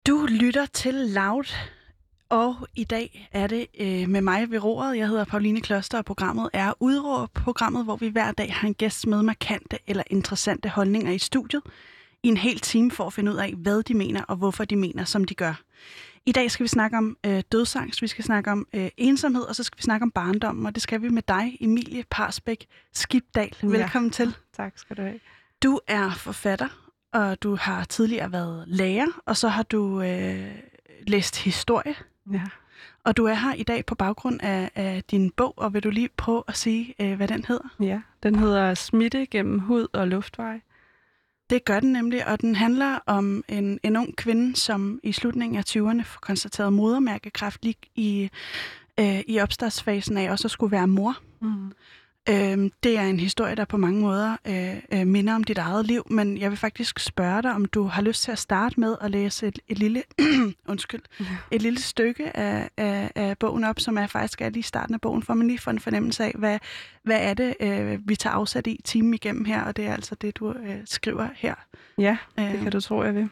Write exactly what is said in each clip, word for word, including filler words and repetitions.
Du lytter til Loud, og i dag er det øh, med mig ved roret. Jeg hedder Pauline Kloster, og programmet er Udråb, programmet, hvor vi hver dag har en gæst med markante eller interessante holdninger i studiet i en hel time for at finde ud af, hvad de mener og hvorfor de mener, som de gør. I dag skal vi snakke om øh, dødsangst, vi skal snakke om øh, ensomhed, og så skal vi snakke om barndommen, og det skal vi med dig, Emilie Parsbæk Skibdal. Velkommen ja. til. Tak skal du have. Du er forfatter, og du har tidligere været lærer, og så har du øh, læst historie. Ja. Og du er her i dag på baggrund af, af din bog, og vil du lige prøve at sige, øh, hvad den hedder? Ja, den hedder Smitte gennem hud og luftveje. Det gør den nemlig, og den handler om en, en ung kvinde, som i slutningen af tyverne får konstateret modermærkekræft lige i, øh, i opstartsfasen af også at skulle være mor. Mm. Øhm, det er en historie, der på mange måder øh, øh, minder om dit eget liv, men jeg vil faktisk spørge dig, om du har lyst til at starte med at læse et, et lille undskyld, Ja. et lille stykke af, af, af bogen op, som er faktisk er lige i starten af bogen, for man lige får en fornemmelse af, hvad, hvad er det, øh, vi tager afsat i timen igennem her, og det er altså det, du øh, skriver her. Ja, det kan du tro, jeg vil.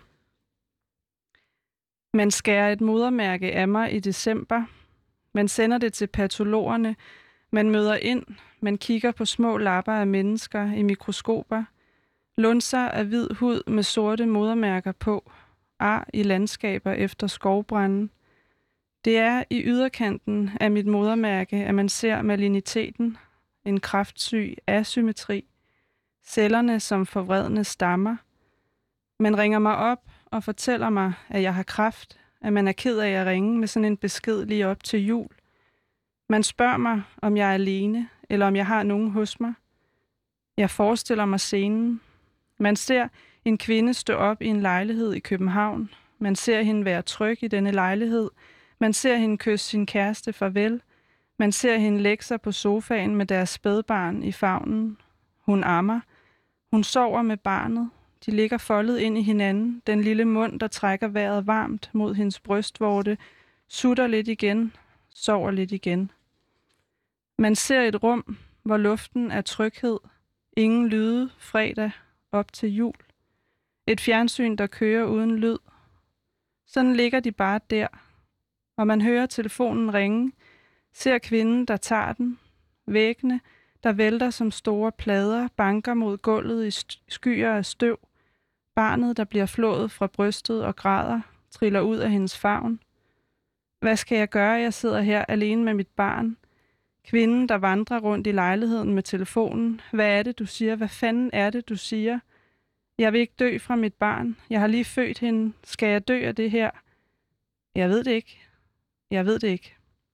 Man skærer et modermærke af mig i december. Man sender det til patologerne. Man møder ind. Man kigger på små lapper af mennesker i mikroskoper. Lunser af hvid hud med sorte modermærker på. Ar i landskaber efter skovbranden. Det er i yderkanten af mit modermærke, at man ser maligniteten, en kræftsyg asymmetri, cellerne som forvredne stammer. Man ringer mig op og fortæller mig, at jeg har kræft, at man er ked af at ringe med sådan en besked lige op til jul. Man spørger mig, om jeg er alene, eller om jeg har nogen hos mig. Jeg forestiller mig scenen. Man ser en kvinde stå op i en lejlighed i København. Man ser hende være tryg i denne lejlighed. Man ser hende kysse sin kæreste farvel. Man ser hende lægge sig på sofaen med deres spædbarn i favnen. Hun ammer. Hun sover med barnet. De ligger foldet ind i hinanden. Den lille mund, der trækker vejret varmt mod hendes brystvorte, sutter lidt igen, sover lidt igen. Man ser et rum, hvor luften er tryghed. Ingen lyde fredag op til jul. Et fjernsyn, der kører uden lyd. Sådan ligger de bare der. Og man hører telefonen ringe. Ser kvinden, der tager den. Væggene, der vælter som store plader, banker mod gulvet i skyer af støv. Barnet, der bliver flået fra brystet og græder, triller ud af hendes favn. Hvad skal jeg gøre? Jeg sidder her alene med mit barn. Kvinden, der vandrer rundt i lejligheden med telefonen. Hvad er det, du siger? Hvad fanden er det, du siger? Jeg vil ikke dø fra mit barn. Jeg har lige født hende. Skal jeg dø af det her? Jeg ved det ikke. Jeg ved det ikke.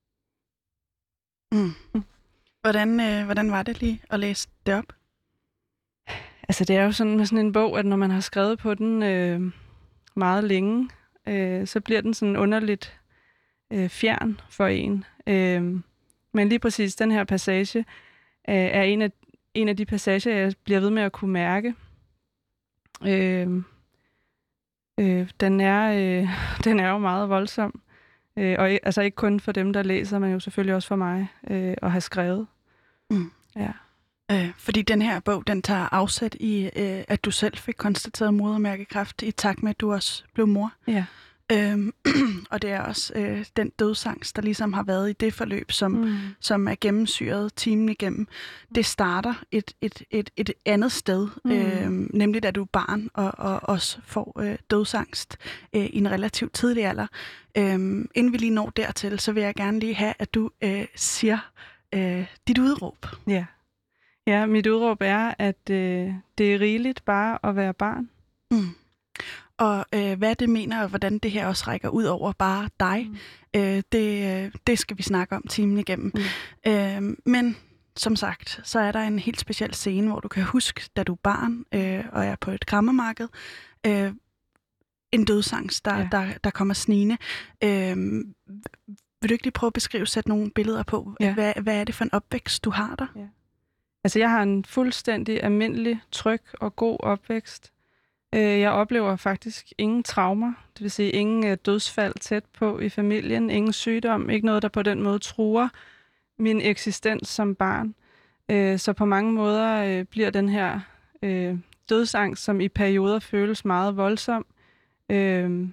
Mm. Hvordan, øh, hvordan var det lige at læse det op? Altså det er jo sådan med sådan en bog, at når man har skrevet på den øh, meget længe, øh, så bliver den sådan underligt øh, fjern for en. Øh, men lige præcis den her passage øh, er en af, en af de passager, jeg bliver ved med at kunne mærke. Øh, øh, den, er, øh, den er jo meget voldsom. Øh, og altså ikke kun for dem, der læser, men jo selvfølgelig også for mig øh, at have skrevet. Mm. Ja. Øh, fordi den her bog, den tager afsæt i, øh, at du selv fik konstateret modermærkekræft i takt med, at du også blev mor. Ja. Øhm, og det er også øh, den dødsangst, der ligesom har været i det forløb, som, mm. som er gennemsyret timen igennem. Det starter et, et, et, et andet sted, mm. øh, nemlig da du er barn og, og også får øh, dødsangst øh, i en relativt tidlig alder. Øh, inden vi lige når dertil, så vil jeg gerne lige have, at du øh, siger øh, dit udråb. Ja. Ja, mit udråb er, at øh, det er rigeligt bare at være barn. Mm. Og øh, hvad det mener, og hvordan det her også rækker ud over bare dig, mm. øh, det, det skal vi snakke om timen igennem. Mm. Øh, men som sagt, så er der en helt speciel scene, hvor du kan huske, da du er barn øh, og er på et krammermarked, øh, en dødsangst, der, ja. der, der kommer snigende. Øh, vil du ikke lige prøve at beskrive, sætte nogle billeder på? Ja. Hvad, hvad er det for en opvækst, du har der? Ja. Altså, jeg har en fuldstændig almindelig, tryg og god opvækst. Jeg oplever faktisk ingen traumer, det vil sige ingen dødsfald tæt på i familien, ingen sygdom, ikke noget, der på den måde truer min eksistens som barn. Så på mange måder bliver den her dødsangst, som i perioder føles meget voldsom,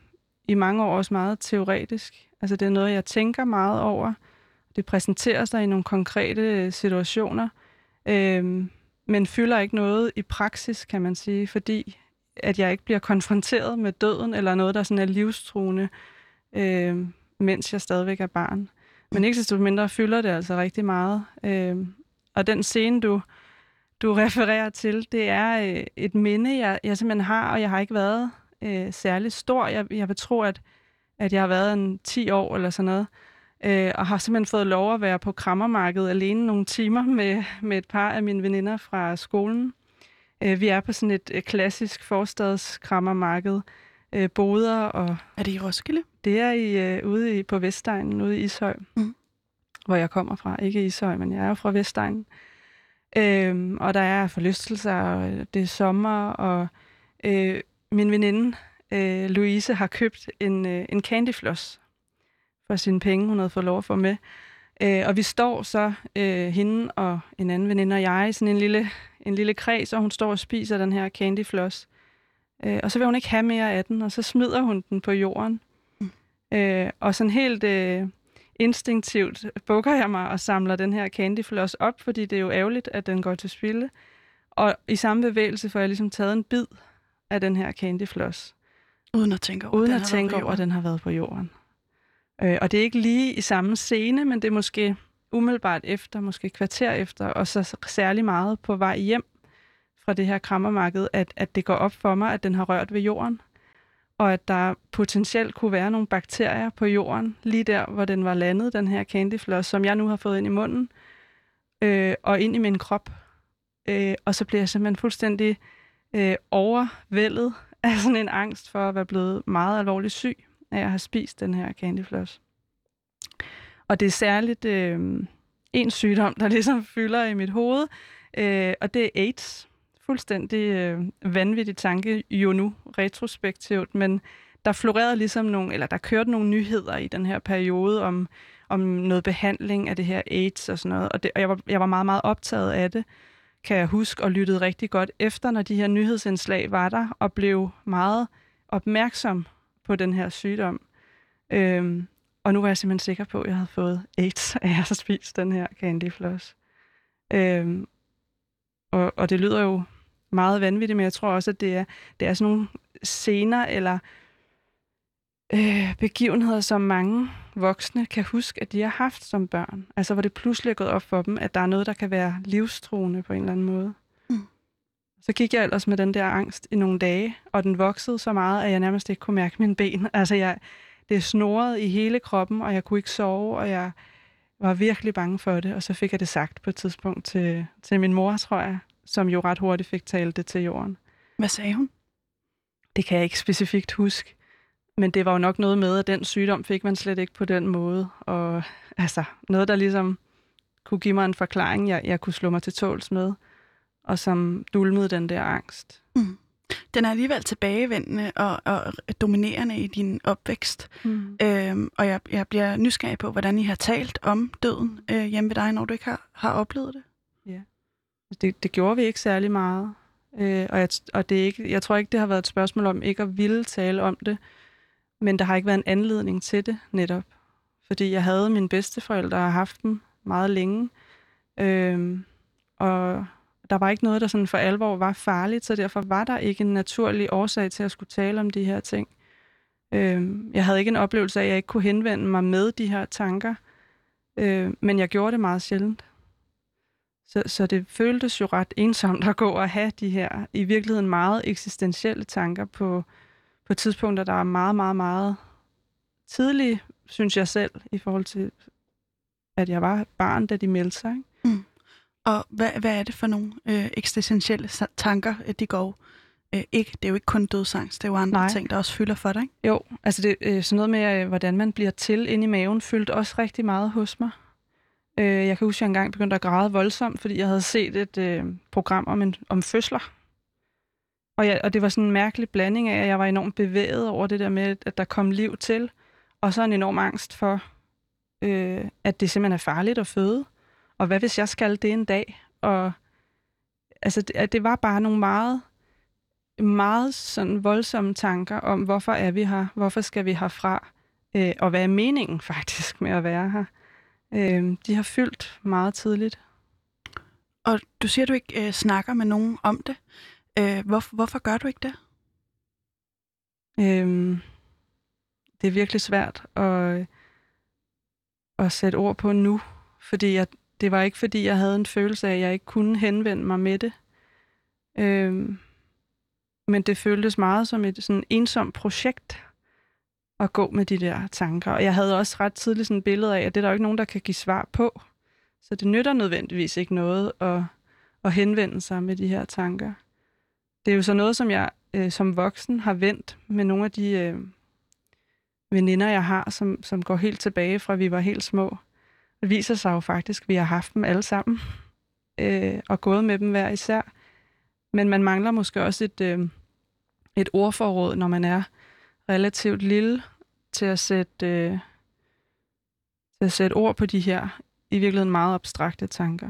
i mange år også meget teoretisk. Altså det er noget, jeg tænker meget over. Det præsenterer sig i nogle konkrete situationer, øh, men fylder ikke noget i praksis, kan man sige, fordi at jeg ikke bliver konfronteret med døden eller noget, der sådan er livstruende, øh, mens jeg stadigvæk er barn. Men ikke så mindre fylder det altså rigtig meget. Øh, og den scene, du, du refererer til, det er øh, et minde, jeg, jeg simpelthen har, og jeg har ikke været øh, særlig stor. Jeg, jeg vil tro, at, at jeg har været en ti år eller sådan noget, øh, og har simpelthen fået lov at være på krammermarkedet alene nogle timer med, med et par af mine veninder fra skolen. Øh, vi er på sådan et øh, klassisk forstadskrammermarked, øh, boder og... Er det i Roskilde? Det er i, øh, ude i, på Vestegnen, ude i Ishøj, mm. hvor jeg kommer fra. Ikke Ishøj, men jeg er jo fra Vestegnen. Øhm, og der er forlystelser, og det er sommer, og øh, min veninde, øh, Louise, har købt en, øh, en candyfloss for sine penge, hun havde fået lov at få med. Øh, og vi står så, øh, hende og en anden veninde og jeg, i sådan en lille, en lille kreds, og hun står og spiser den her candyfloss. Øh, og så vil hun ikke have mere af den, og så smider hun den på jorden. Mm. Øh, og sådan helt øh, instinktivt bukker jeg mig og samler den her candyfloss op, fordi det er jo ærgerligt, at den går til spilde. Og i samme bevægelse får jeg ligesom taget en bid af den her candyfloss. Uden at tænke over, Uden at tænke over, at den har været på jorden. Øh, og det er ikke lige i samme scene, men det er måske umiddelbart efter, måske kvarter efter, og så særlig meget på vej hjem fra det her krammermarked, at, at det går op for mig, at den har rørt ved jorden, og at der potentielt kunne være nogle bakterier på jorden, lige der, hvor den var landet, den her candyfloss, som jeg nu har fået ind i munden, øh, og ind i min krop. Øh, og så bliver jeg simpelthen fuldstændig øh, overvældet af sådan en angst for at være blevet meget alvorligt syg, af at have spist den her candyfloss. Og det er særligt øh, en sygdom, der ligesom fylder i mit hoved, øh, og det er AIDS. Fuldstændig øh, vanvittig tanke jo nu, retrospektivt, men der florerede ligesom nogle, eller der kørte nogle nyheder i den her periode om, om noget behandling af det her AIDS og sådan noget, og, det, og jeg, var, jeg var meget, meget optaget af det, kan jeg huske, og lyttede rigtig godt efter, når de her nyhedsindslag var der, og blev meget opmærksom på den her sygdom. Øhm, og nu var jeg simpelthen sikker på, at jeg havde fået AIDS af at have spist den her candyfloss. Øhm, og, og det lyder jo meget vanvittigt, men jeg tror også, at det er, det er sådan nogle scener eller øh, begivenheder, som mange voksne kan huske, at de har haft som børn. Altså hvor det pludselig er gået op for dem, at der er noget, der kan være livstruende på en eller anden måde. Mm. Så gik jeg ellers med den der angst i nogle dage, og den voksede så meget, at jeg nærmest ikke kunne mærke mine ben. Altså jeg, det snorede i hele kroppen, og jeg kunne ikke sove, og jeg var virkelig bange for det. Og så fik jeg det sagt på et tidspunkt til, til min mor, tror jeg, som jo ret hurtigt fik talt det til jorden. Hvad sagde hun? Det kan jeg ikke specifikt huske. Men det var jo nok noget med, at den sygdom fik man slet ikke på den måde. Og altså noget, der ligesom kunne give mig en forklaring, jeg, jeg kunne slå mig til tåls med, og som dulmede den der angst. Mm. Den er alligevel tilbagevendende og, og dominerende i din opvækst. Mm. Øhm, og jeg, jeg bliver nysgerrig på, hvordan I har talt om døden øh, hjemme ved dig, når du ikke har, har oplevet det. Ja. Det, det gjorde vi ikke særlig meget. Øh, og jeg, og det er ikke, jeg tror ikke, det har været et spørgsmål om ikke at ville tale om det. Men der har ikke været en anledning til det netop. Fordi jeg havde mine bedsteforældre og har haft dem meget længe. Øhm, og der var ikke noget, der sådan for alvor var farligt, så derfor var der ikke en naturlig årsag til at skulle tale om de her ting. Øhm, jeg havde ikke en oplevelse af, at jeg ikke kunne henvende mig med de her tanker. Øhm, men jeg gjorde det meget sjældent. Så, så det føltes jo ret ensomt at gå og have de her i virkeligheden meget eksistentielle tanker på på tidspunkter, der er meget, meget, meget tidlige, synes jeg selv, i forhold til, at jeg var barn, da de meldte sig. Ikke? Mm. Og hvad, hvad er det for nogle øh, eksistentielle tanker, de går øh, ikke? Det er jo ikke kun dødsangst, det er jo andre Nej. ting, der også fylder for dig, ikke? Jo, altså det, øh, sådan noget med, øh, hvordan man bliver til inde i maven, fyldte også rigtig meget hos mig. Øh, jeg kan huske, at jeg engang begyndte at græde voldsomt, fordi jeg havde set et øh, program om, en, om fødsler. Og, jeg, og det var sådan en mærkelig blanding af, at jeg var enormt bevæget over det der med, at der kom liv til, og så en enorm angst for, øh, at det simpelthen er farligt at føde. Og hvad hvis jeg skal det en dag? Og altså, det, det var bare nogle meget meget sådan voldsomme tanker om, hvorfor er vi her, hvorfor skal vi herfra, øh, og hvad er meningen faktisk med at være her. Øh, de har fyldt meget tidligt. Og du siger, du ikke øh, snakker med nogen om det. Øh, hvor, hvorfor gør du ikke det? Øh, det er virkelig svært at, at sætte ord på nu, fordi jeg, det var ikke, fordi jeg havde en følelse af, at jeg ikke kunne henvende mig med det. Øh, men det føltes meget som et sådan ensomt projekt at gå med de der tanker. Og jeg havde også ret tidligt sådan et billede af, at det er der jo ikke nogen, der kan give svar på. Så det nytter nødvendigvis ikke noget at, at henvende sig med de her tanker. Det er jo så noget, som jeg øh, som voksen har vendt med nogle af de øh, veninder, jeg har, som, som går helt tilbage fra, vi var helt små. Det viser sig jo faktisk, at vi har haft dem alle sammen øh, og gået med dem hver især. Men man mangler måske også et, øh, et ordforråd, når man er relativt lille, til at sætte, øh, til at sætte ord på de her i virkeligheden meget abstrakte tanker.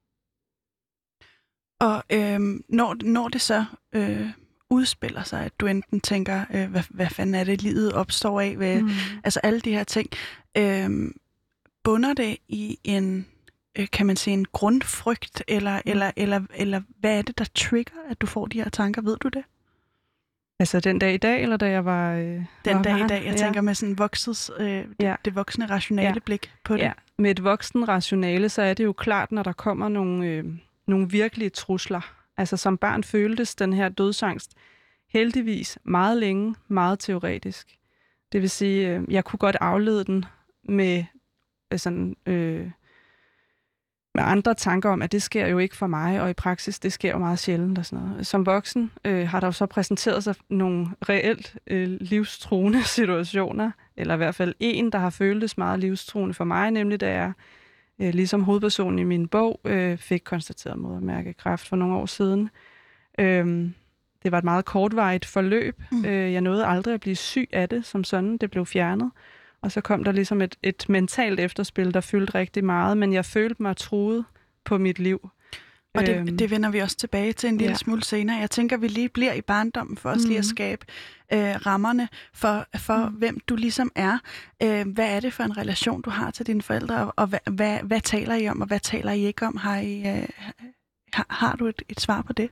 Og øh, når, når det så øh, udspiller sig, at du enten tænker, øh, hvad, hvad fanden er det, livet opstår af, hvad, mm. altså alle de her ting, øh, bunder det i en, øh, kan man sige, en grundfrygt, eller, mm. eller, eller, eller hvad er det, der trigger, at du får de her tanker, ved du det? Altså den dag i dag, eller da jeg var... Øh, den var dag barn? i dag, jeg ja. tænker med sådan vokset, øh, det, ja. det voksne rationale ja. blik på det. Ja. Med et voksen rationale, så er det jo klart, når der kommer nogle, øh, nogle virkelige trusler. Altså som barn føltes den her dødsangst heldigvis meget længe, meget teoretisk. Det vil sige, øh, jeg kunne godt aflede den med øh, sådan... Øh, med andre tanker om, at det sker jo ikke for mig, og i praksis, det sker jo meget sjældent og sådan noget. Som voksen øh, har der jo så præsenteret sig nogle reelt øh, livstruende situationer, eller i hvert fald en, der har føltes meget livstruende for mig, nemlig da jeg, øh, ligesom hovedpersonen i min bog, øh, fik konstateret modermærkekræft for nogle år siden. Øh, det var et meget kortvarigt forløb. Mm. Øh, jeg nåede aldrig at blive syg af det, som sådan. Det blev fjernet. Og så kom der ligesom et, et mentalt efterspil, der fyldte rigtig meget, men jeg følte mig truet på mit liv. Og det, det vender vi også tilbage til en lille ja. smule senere. Jeg tænker, vi lige bliver i barndommen for os mm. lige at skabe øh, rammerne for, for mm. hvem du ligesom er. Øh, hvad er det for en relation, du har til dine forældre, og, og hvad, hvad, hvad taler I om, og hvad taler I ikke om? Har, I, øh, har, har du et, et svar på det?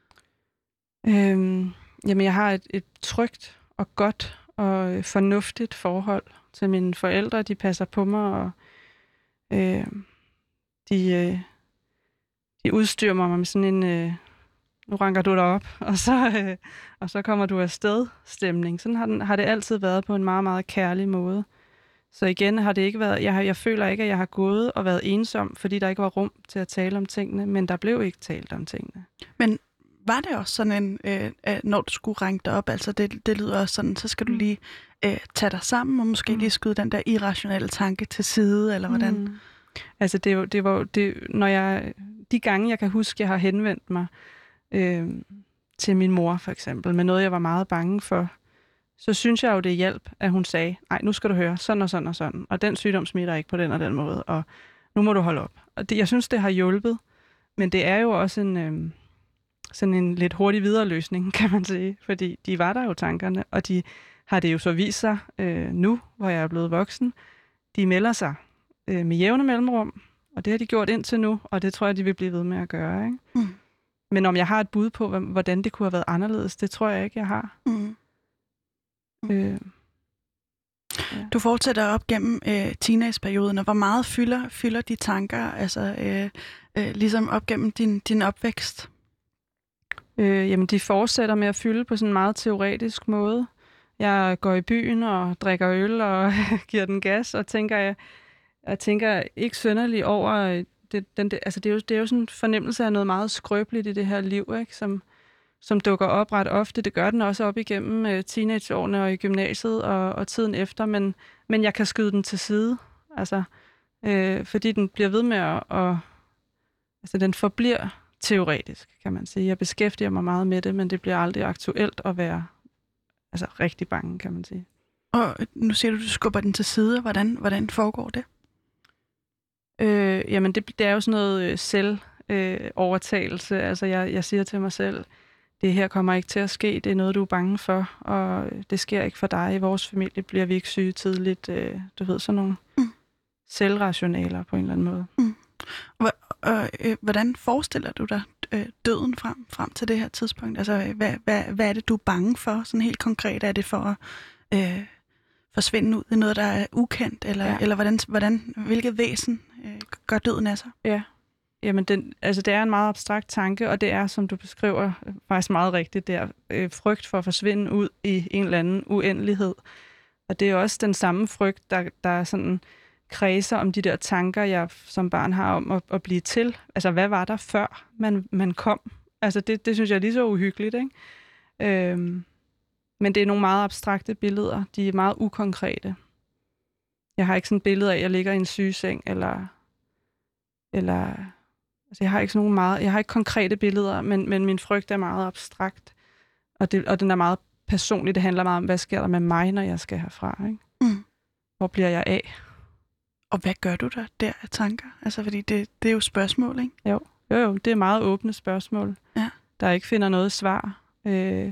Øhm, jamen, jeg har et, et trygt og godt og fornuftigt forhold til mine forældre. De passer på mig, og øh, de, øh, de udstyrer mig med sådan en, øh, nu ranker du dig op, og så, øh, og så kommer du afsted stemning. Sådan har, den, har det altid været på en meget, meget kærlig måde. Så igen har det ikke været, jeg, har, jeg føler ikke, at jeg har gået og været ensom, fordi der ikke var rum til at tale om tingene, men der blev ikke talt om tingene. Men var det også sådan en, øh, når du skulle ranke dig op, altså det, det lyder også sådan, så skal du lige øh, tage dig sammen, og måske mm. lige skyde den der irrationelle tanke til side, eller hvordan? Mm. Altså det, var, det var, det, når jeg, de gange jeg kan huske, jeg har henvendt mig øh, til min mor for eksempel, med noget jeg var meget bange for, så synes jeg jo, det hjalp, at hun sagde, nej, nu skal du høre, sådan og sådan og sådan, og den sygdom smitter ikke på den og den måde, og nu må du holde op. Og det, jeg synes, det har hjulpet, men det er jo også en... Øh, sådan en lidt hurtig videreløsning, kan man sige. Fordi de var der jo tankerne, og de har det jo så vist sig øh, nu, hvor jeg er blevet voksen. De melder sig øh, med jævne mellemrum, og det har de gjort indtil nu, og det tror jeg, de vil blive ved med at gøre. Ikke? Mm. Men om jeg har et bud på, hvordan det kunne have været anderledes, det tror jeg ikke, jeg har. Mm. Mm. Øh, ja. Du fortsætter op gennem øh, teenageperioden, og hvor meget fylder, fylder de tanker, altså øh, øh, ligesom op gennem din, din opvækst? Øh, jamen, de fortsætter med at fylde på sådan en meget teoretisk måde. Jeg går i byen og drikker øl og giver den gas, og tænker, jeg, jeg tænker ikke synderligt over... Det, den, det, altså det, er jo, det er jo sådan en fornemmelse af noget meget skrøbeligt i det her liv, ikke? Som, som dukker op ret ofte. Det gør den også op igennem øh, teenageårene og i gymnasiet og, og tiden efter, men, men jeg kan skyde den til side, altså, øh, fordi den bliver ved med at... Og, altså, den forbliver... teoretisk, kan man sige. Jeg beskæftiger mig meget med det, men det bliver aldrig aktuelt at være altså, rigtig bange, kan man sige. Og nu siger du, du skubber den til side. Hvordan, hvordan foregår det? Øh, jamen, det, det er jo sådan noget øh, selvovertagelse. Øh, altså, jeg, jeg siger til mig selv, det her kommer ikke til at ske, det er noget, du er bange for, og det sker ikke for dig. I vores familie bliver vi ikke syge tidligt. Øh, du ved, sådan nogle mm. selvrationaler på en eller anden måde. Mm. Og, og øh, hvordan forestiller du dig øh, døden frem, frem til det her tidspunkt? Altså, hvad, hvad, hvad er det, du er bange for? Sådan helt konkret, er det for at øh, forsvinde ud i noget, der er ukendt? Eller, ja. eller hvordan, hvordan, hvilket væsen øh, gør døden af sig? Ja. Jamen, den, altså, det er en meget abstrakt tanke, og det er, som du beskriver, faktisk meget rigtigt, det er øh, frygt for at forsvinde ud i en eller anden uendelighed. Og det er også den samme frygt, der, der sådan kredser om de der tanker, jeg som barn har om at, at blive til. Altså, hvad var der før man, man kom? Altså, det, det synes jeg er lige så uhyggeligt, ikke? Øhm, men det er nogle meget abstrakte billeder. De er meget ukonkrete. Jeg har ikke sådan et billede af, at jeg ligger i en sygeseng, eller... eller altså, jeg har ikke sådan nogle meget... Jeg har ikke konkrete billeder, men, men min frygt er meget abstrakt. Og, det, og den er meget personlig. Det handler meget om, hvad sker der med mig, når jeg skal herfra, ikke? Mm. Hvor bliver jeg af? Og hvad gør du der, der af tanker? Altså, fordi det, det er jo spørgsmål, ikke? Jo, jo, jo. Det er meget åbne spørgsmål. Ja. Der ikke finder noget svar. Øh,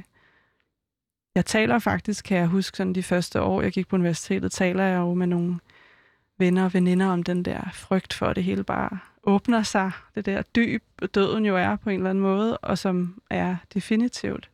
jeg taler faktisk, kan jeg huske, sådan de første år, jeg gik på universitetet, taler jeg jo med nogle venner og veninder om den der frygt for, at det hele bare åbner sig. Det der dyb, døden jo er på en eller anden måde, og som er definitivt.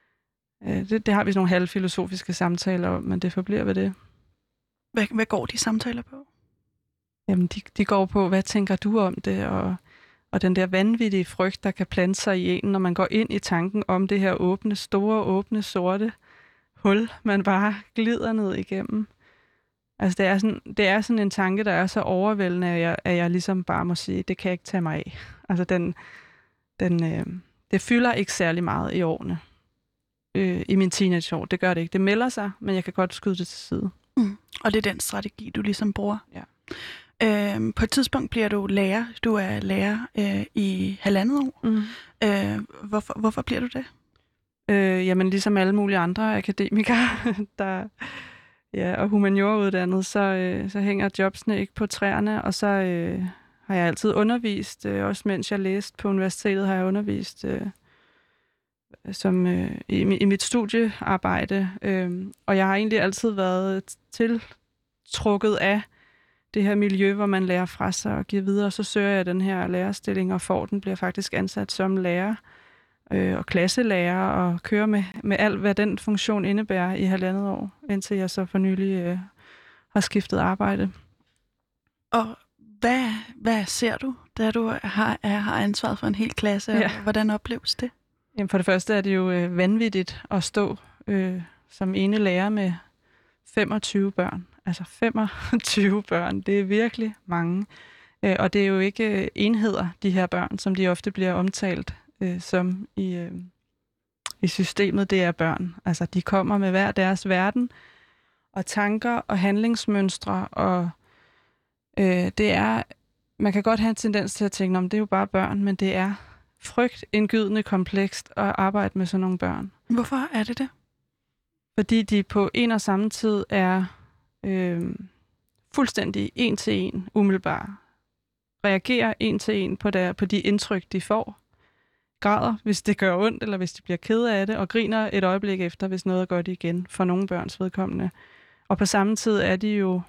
Øh, det, det har vi sådan nogle halvfilosofiske samtaler om, men det forbliver ved det. Hvad, hvad går de samtaler på? Jamen, de, de går på, hvad tænker du om det, og, og den der vanvittige frygt, der kan plante sig i en, når man går ind i tanken om det her åbne, store, åbne, sorte hul, man bare glider ned igennem. Altså, det er sådan, det er sådan en tanke, der er så overvældende, at jeg, at jeg ligesom bare må sige, det kan jeg ikke tage mig af. Altså, den, den, øh, det fylder ikke særlig meget i årene. Øh, I min teenageår, det gør det ikke. Det melder sig, men jeg kan godt skyde det til side. Mm. Og det er den strategi, du ligesom bruger? Ja. Øhm, på et tidspunkt bliver du lærer. Du er lærer øh, i halvandet år. Mm. Øh, hvorfor, hvorfor bliver du det? Øh, jamen, ligesom alle mulige andre akademikere, der ja, og humaniorauddannet, så, øh, så hænger jobsene ikke på træerne, og så øh, har jeg altid undervist, øh, også mens jeg læste på universitetet, har jeg undervist øh, som, øh, i, i mit studiearbejde, øh, og jeg har egentlig altid været tiltrukket af det her miljø, hvor man lærer fra sig og giver videre, og så søger jeg den her lærerstilling og får den, bliver faktisk ansat som lærer øh, og klasselærer og kører med, med alt, hvad den funktion indebærer i halvandet år, indtil jeg så for nylig øh, har skiftet arbejde. Og hvad, hvad ser du, da du har, har ansvaret for en hel klasse, og ja. hvordan opleves det? Jamen for det første er det jo øh, vanvittigt at stå øh, som ene lærer med femogtyve børn. Altså femogtyve børn, det er virkelig mange. Øh, og det er jo ikke øh, enheder, de her børn, som de ofte bliver omtalt øh, som i, øh, i systemet. Det er børn. Altså de kommer med hver deres verden, og tanker og handlingsmønstre, og øh, det er, man kan godt have en tendens til at tænke, om det er jo bare børn, men det er frygtindgydende komplekst at arbejde med sådan nogle børn. Hvorfor er det det? Fordi de på en og samme tid er øh, fuldstændig en til en umiddelbare. Reagerer en til en på, der, på de indtryk, de får. Græder, hvis det gør ondt, eller hvis de bliver kede af det, og griner et øjeblik efter, hvis noget er godt igen, for nogle børns vedkommende. Og på samme tid er de jo,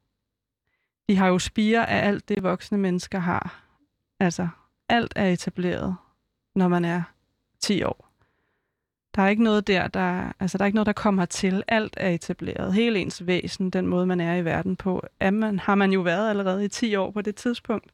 de har jo spire af alt det, voksne mennesker har. Altså, alt er etableret, når man er ti år. Der er ikke noget der, der, altså der er ikke noget, der kommer til. Alt er etableret. Hele ens væsen, den måde, man er i verden på, er man, har man jo været allerede i ti år på det tidspunkt.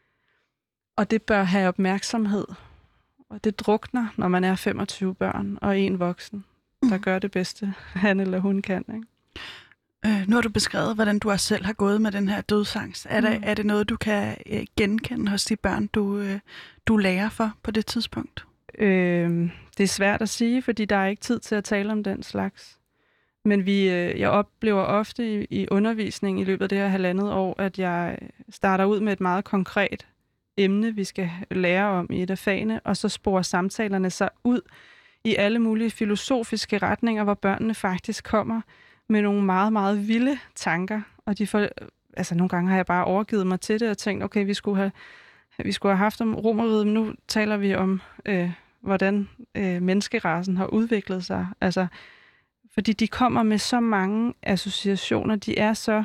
Og det bør have opmærksomhed. Og det drukner, når man er femogtyve børn og en voksen, der gør det bedste, han eller hun kan. Ikke? Øh, nu har du beskrevet, hvordan du også selv har gået med den her dødsangst. Er, mm. der, er det noget, du kan øh, genkende hos de børn, du, øh, du lærer for på det tidspunkt? Øh, det er svært at sige, fordi der er ikke tid til at tale om den slags. Men vi, øh, jeg oplever ofte i, i undervisning i løbet af det her halvandet år, at jeg starter ud med et meget konkret emne, vi skal lære om i et af fagene, og så sporer samtalerne sig ud i alle mulige filosofiske retninger, hvor børnene faktisk kommer med nogle meget, meget vilde tanker. Og de får, altså nogle gange har jeg bare overgivet mig til det og tænkt, okay, vi skulle have, vi skulle have haft om Romerriget, men nu taler vi om, øh, hvordan øh, menneskerassen har udviklet sig. Altså, fordi de kommer med så mange associationer, de er så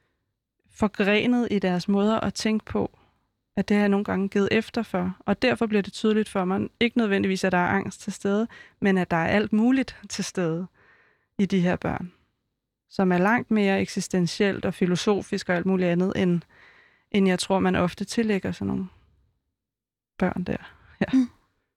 forgrenet i deres måder at tænke på, at det har jeg nogle gange givet efter for. Og derfor bliver det tydeligt for mig, ikke nødvendigvis, at der er angst til stede, men at der er alt muligt til stede i de her børn, som er langt mere eksistentielt og filosofisk og alt muligt andet, end, end jeg tror, man ofte tillægger sådan nogle børn der. Ja. Mm.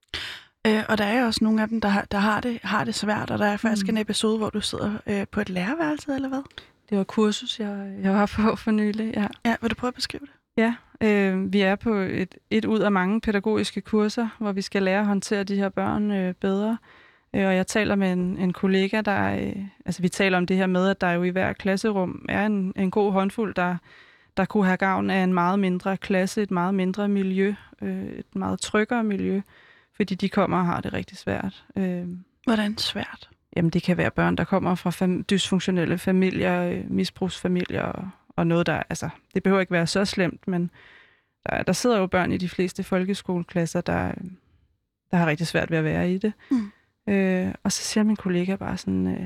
Øh, og der er også nogle af dem, der, har, der har, det, har det svært, og der er faktisk mm. en episode, hvor du sidder øh, på et lærerværelse, eller hvad? Det var kursus, jeg, jeg var på for nylig, ja. Ja, vil du prøve at beskrive det? Ja, øh, vi er på et, et ud af mange pædagogiske kurser, hvor vi skal lære at håndtere de her børn øh, bedre. Øh, og jeg taler med en, en kollega, der øh, altså vi taler om det her med, at der jo i hver klasserum er en, en god håndfuld, der, der kunne have gavn af en meget mindre klasse, et meget mindre miljø, øh, et meget tryggere miljø, fordi de kommer og har det rigtig svært. Øh, Hvordan svært? Jamen det kan være børn, der kommer fra fam- dysfunktionelle familier, øh, misbrugsfamilier og og noget, der, altså, det behøver ikke være så slemt, men der, der sidder jo børn i de fleste folkeskoleklasser, der, der har rigtig svært ved at være i det. Mm. Øh, og så siger min kollega bare sådan, øh,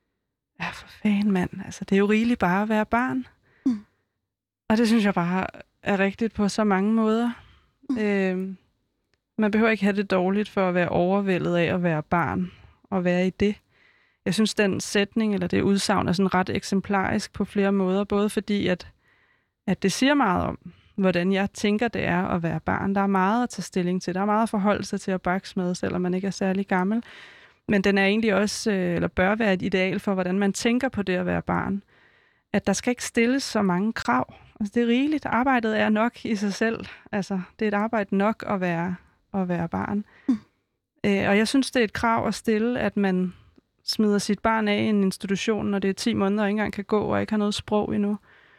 ja, for fanden mand, altså, det er jo rigeligt bare at være barn. Mm. Og det synes jeg bare er rigtigt på så mange måder. Mm. Øh, man behøver ikke have det dårligt for at være overvældet af at være barn og være i det. Jeg synes, den sætning, eller det udsagn, er sådan ret eksemplarisk på flere måder, både fordi, at, at det siger meget om, hvordan jeg tænker, det er at være barn. Der er meget at tage stilling til. Der er meget at forholde sig til at bakse med, selvom man ikke er særlig gammel. Men den er egentlig også, eller bør være et ideal for, hvordan man tænker på det at være barn. At der skal ikke stilles så mange krav. Altså, det er rigeligt. Arbejdet er nok i sig selv. Altså, det er et arbejde nok at være, at være barn. Mm. Øh, og jeg synes, det er et krav at stille, at man smider sit barn af i en institution, når det er ti måneder og ikke engang kan gå og ikke har noget sprog endnu.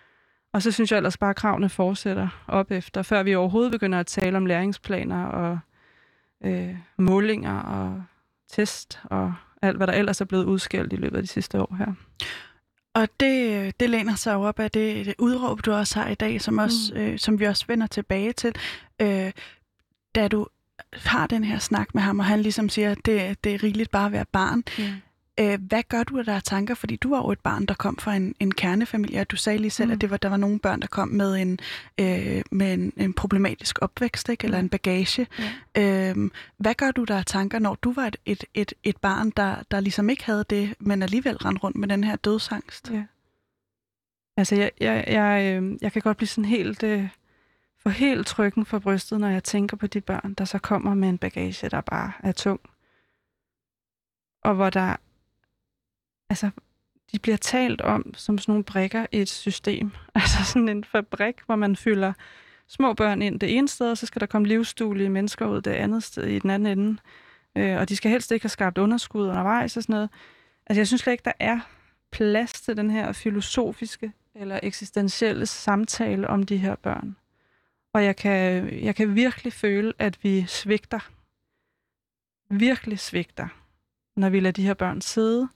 Og så synes jeg ellers bare, at kravene fortsætter op efter, før vi overhovedet begynder at tale om læringsplaner og øh, målinger og test og alt, hvad der ellers er blevet udskældt i løbet af de sidste år her. Og det, det læner sig op af det, det udråb, du også har i dag, som, også, mm. øh, som vi også vender tilbage til. Øh, da du har den her snak med ham, og han ligesom siger, at det, det er rigeligt bare at være barn. Mm. Øh, hvad gør du af der tanker? Fordi du var jo et barn, der kom fra en, en kernefamilie, og du sagde lige selv, mm. at det var, der var nogle børn, der kom med en, øh, med en, en problematisk opvækst, ikke? Eller en bagage. Ja. Øh, hvad gør du der af tanker, når du var et, et, et, et barn, der, der ligesom ikke havde det, men alligevel rendte rundt med den her dødsangst? Ja. Altså, jeg, jeg, jeg, øh, jeg kan godt blive sådan helt... Øh, få helt trykken for brystet, når jeg tænker på de børn, der så kommer med en bagage, der bare er tung. Og hvor der... Altså, de bliver talt om som sådan nogle brikker i et system. Altså sådan en fabrik, hvor man fylder små børn ind det ene sted, og så skal der komme livsduelige mennesker ud det andet sted i den anden ende. Øh, og de skal helst ikke have skabt underskud undervejs og sådan noget. Altså, jeg synes slet ikke, der er plads til den her filosofiske eller eksistentielle samtale om de her børn. Og jeg kan, jeg kan virkelig føle, at vi svigter. Virkelig svigter, når vi lader de her børn sidde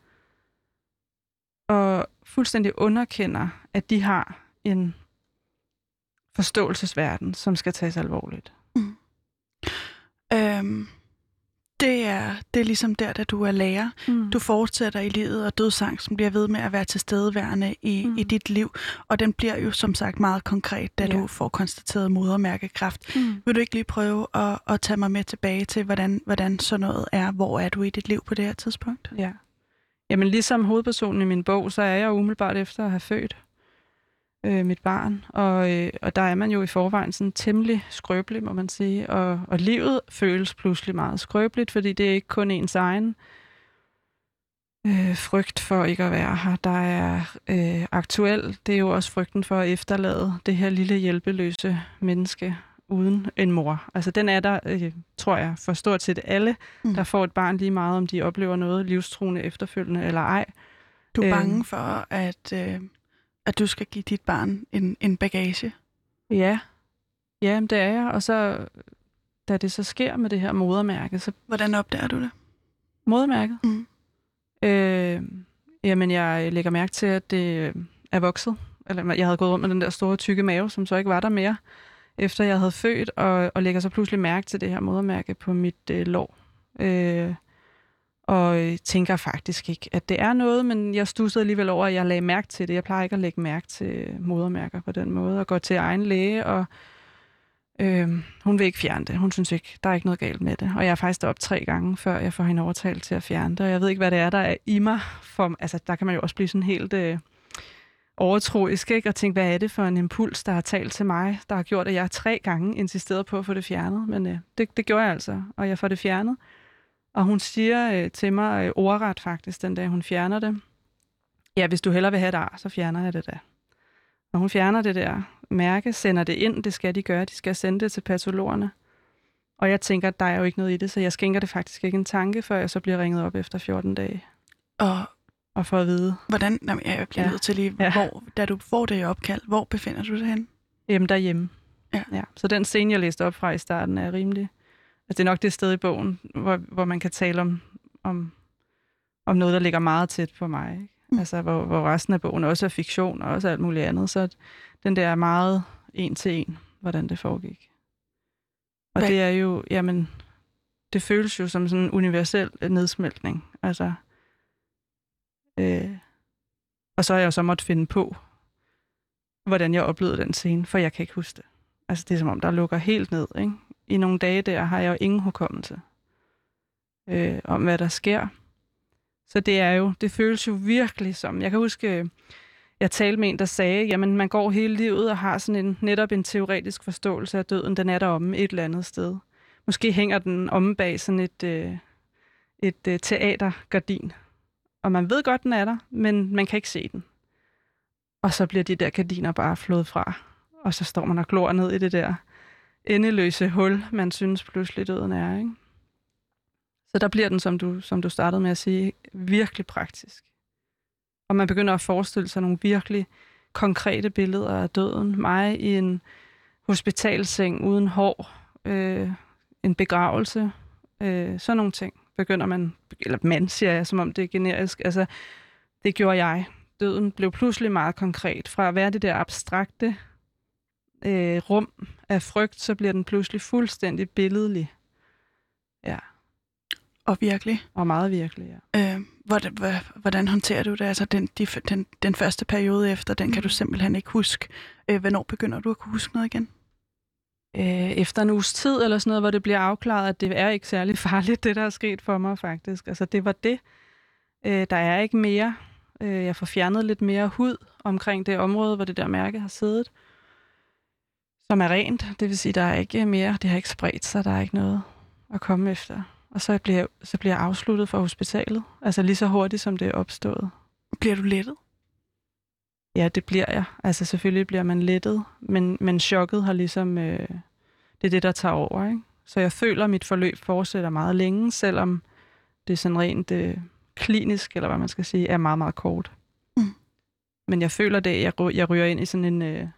og fuldstændig underkender, at de har en forståelsesverden, som skal tages alvorligt. Mm. Øhm, det, er, det er ligesom der, da du er lærer. Mm. Du fortsætter i livet, og dødsangsten bliver ved med at være tilstedeværende i, mm. i dit liv. Og den bliver jo som sagt meget konkret, da ja. du får konstateret modermærkekræft. Mm. Vil du ikke lige prøve at, at tage mig med tilbage til, hvordan, hvordan sådan noget er? Hvor er du i dit liv på det her tidspunkt? Ja. Jamen ligesom hovedpersonen i min bog, så er jeg umiddelbart efter at have født øh, mit barn. Og, øh, og der er man jo i forvejen sådan temmelig skrøbelig, må man sige. Og, og livet føles pludselig meget skrøbeligt, fordi det er ikke kun ens egen øh, frygt for ikke at være her. Der er øh, aktuelt, det er jo også frygten for at efterlade det her lille hjælpeløse menneske uden en mor. Altså den er der, øh, tror jeg, for stort set alle, mm. der får et barn lige meget, om de oplever noget livstruende efterfølgende eller ej. Du er bange for, at, øh, at du skal give dit barn en, en bagage? Ja, ja, det er jeg. Og så, da det så sker med det her modermærke, så... Hvordan opdager du det? Modermærket? Mm. Øh, jamen, jeg lægger mærke til, at det er vokset. Eller jeg havde gået rundt med den der store, tykke mave, som så ikke var der mere, efter jeg havde født, og, og lægger så pludselig mærke til det her modermærke på mit øh, lår. Øh, og tænker faktisk ikke, at det er noget, men jeg stussede alligevel over, at jeg lagde mærke til det. Jeg plejer ikke at lægge mærke til modermærker på den måde, og gå til egen læge, og øh, hun vil ikke fjerne det. Hun synes ikke, der er ikke noget galt med det. Og jeg er faktisk deroppe tre gange, før jeg får hende overtalt til at fjerne det. Og jeg ved ikke, hvad det er, der er i mig. For, altså, der kan man jo også blive sådan helt øh, overtroisk, ikke? Og tænke, hvad er det for en impuls, der har talt til mig, der har gjort, at jeg tre gange insisterede på at få det fjernet. Men øh, det, det gjorde jeg altså, og jeg får det fjernet. Og hun siger øh, til mig øh, ordret faktisk, den dag hun fjerner det. Ja, hvis du hellere vil have det ar, så fjerner jeg det der. Og hun fjerner det der mærke, sender det ind, det skal de gøre, de skal sende det til patologerne. Og jeg tænker, at der er jo ikke noget i det, så jeg skænker det faktisk ikke en tanke, før jeg så bliver ringet op efter fjorten dage. Og, og for at vide. Hvordan, jamen, jeg bliver ja. nødt til lige, ja. hvor, da du får det opkald, hvor befinder du dig henne? Jamen derhjemme. Ja. Ja. Så den scene, jeg læste op fra i starten, er rimelig. Altså, det er nok det sted i bogen, hvor, hvor man kan tale om, om, om noget, der ligger meget tæt på mig. Ikke? Mm. Altså, hvor, hvor resten af bogen også er fiktion, og også alt muligt andet. Så den der er meget en til en, hvordan det foregik. Og Hvad? Det er jo, jamen, det føles jo som sådan en universel nedsmeltning. Altså, øh, og så har jeg jo så måttet finde på, hvordan jeg oplevede den scene, for jeg kan ikke huske det. Altså, det er som om, der lukker helt ned, ikke? I nogle dage der har jeg jo ingen hukommelse øh, om, hvad der sker. Så det er jo, det føles jo virkelig som, jeg kan huske, jeg talte med en, der sagde, jamen man går hele livet og har sådan en, netop en teoretisk forståelse af døden, den er der omme et eller andet sted. Måske hænger den omme bag sådan et, øh, et øh, teatergardin, og man ved godt, den er der, men man kan ikke se den. Og så bliver de der gardiner bare flået fra, og så står man og glor ned i det der endeløse hul, man synes pludselig døden er, ikke? Så der bliver den, som du, som du startede med at sige, virkelig praktisk. Og man begynder at forestille sig nogle virkelig konkrete billeder af døden. Mig i en hospitalseng uden hår, øh, en begravelse, øh, sådan nogle ting begynder man, eller man siger jeg, som om det er generisk, altså det gjorde jeg. Døden blev pludselig meget konkret. Fra at være det der abstrakte øh, rum af frygt, så bliver den pludselig fuldstændig billedlig. Ja. Og virkelig. Og meget virkelig, ja. Øh, hvordan, hvordan håndterer du det? Altså den, de, den, den første periode efter, den kan du simpelthen ikke huske. Øh, hvornår begynder du at kunne huske noget igen? Øh, efter en uges tid eller sådan noget, hvor det bliver afklaret, at det er ikke særlig farligt, det der er sket for mig faktisk. Altså det var det. Øh, der er ikke mere. Øh, jeg får fjernet lidt mere hud omkring det område, hvor det der mærke har siddet. Som er rent. Det vil sige, der er ikke mere. Det har ikke spredt sig. Der er ikke noget at komme efter. Og så bliver, så bliver jeg afsluttet fra hospitalet. Altså lige så hurtigt, som det er opstået. Bliver du lettet? Ja, det bliver jeg. Altså selvfølgelig bliver man lettet, men, men chokket har ligesom, øh, det er det, der tager over, ikke? Så jeg føler, at mit forløb fortsætter meget længe, selvom det er sådan rent øh, klinisk, eller hvad man skal sige, er meget, meget kort. Mm. Men jeg føler det, jeg, jeg ryger ind i sådan en øh,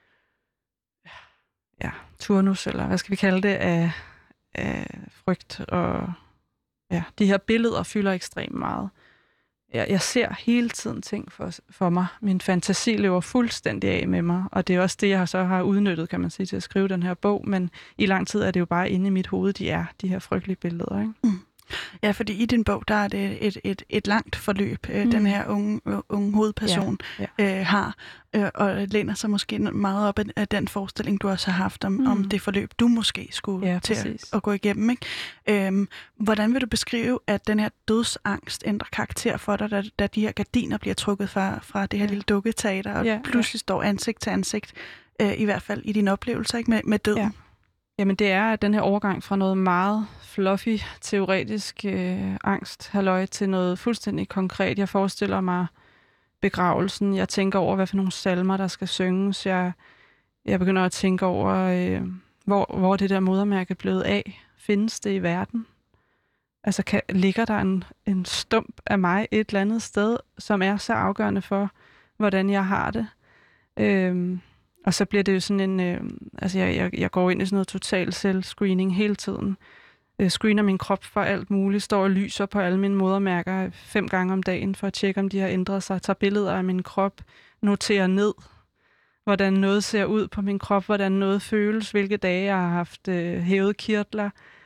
ja, turnus, eller hvad skal vi kalde det, af, af frygt. Og ja, de her billeder fylder ekstremt meget. Jeg, jeg ser hele tiden ting for, for mig. Min fantasi løber fuldstændig af med mig, og det er også det, jeg så har udnyttet, kan man sige, til at skrive den her bog, men i lang tid er det jo bare inde i mit hoved, de er, de her frygtelige billeder, ikke? Mm. Ja, fordi i din bog, der er det et, et, et langt forløb, mm. den her unge, unge hovedperson ja, ja. Øh, har, øh, og læner sig måske meget op af den forestilling, du også har haft om, mm. om det forløb, du måske skulle ja, til at, at gå igennem. Ikke? Øhm, hvordan vil du beskrive, at den her dødsangst ændrer karakter for dig, da, da de her gardiner bliver trukket fra, fra det her ja. lille dukketeater, og ja, pludselig ja. står ansigt til ansigt, øh, i hvert fald i dine oplevelser, ikke? Med, med døden? Ja. Jamen det er den her overgang fra noget meget fluffy, teoretisk øh, angst, halløj, til noget fuldstændig konkret. Jeg forestiller mig begravelsen. Jeg tænker over, hvad for nogle salmer, der skal synges. Jeg, jeg begynder at tænke over, øh, hvor, hvor det der modermærke er blevet af. Findes det i verden? Altså kan, ligger der en, en stump af mig et eller andet sted, som er så afgørende for, hvordan jeg har det? Øh, Og så bliver det jo sådan en, øh, altså jeg, jeg, jeg går ind i sådan noget total selvscreening hele tiden. Øh, screener min krop for alt muligt, står og lyser på alle mine modermærker fem gange om dagen for at tjekke, om de har ændret sig. Tager billeder af min krop, noterer ned, hvordan noget ser ud på min krop, hvordan noget føles, hvilke dage jeg har haft øh, hævet kirtler.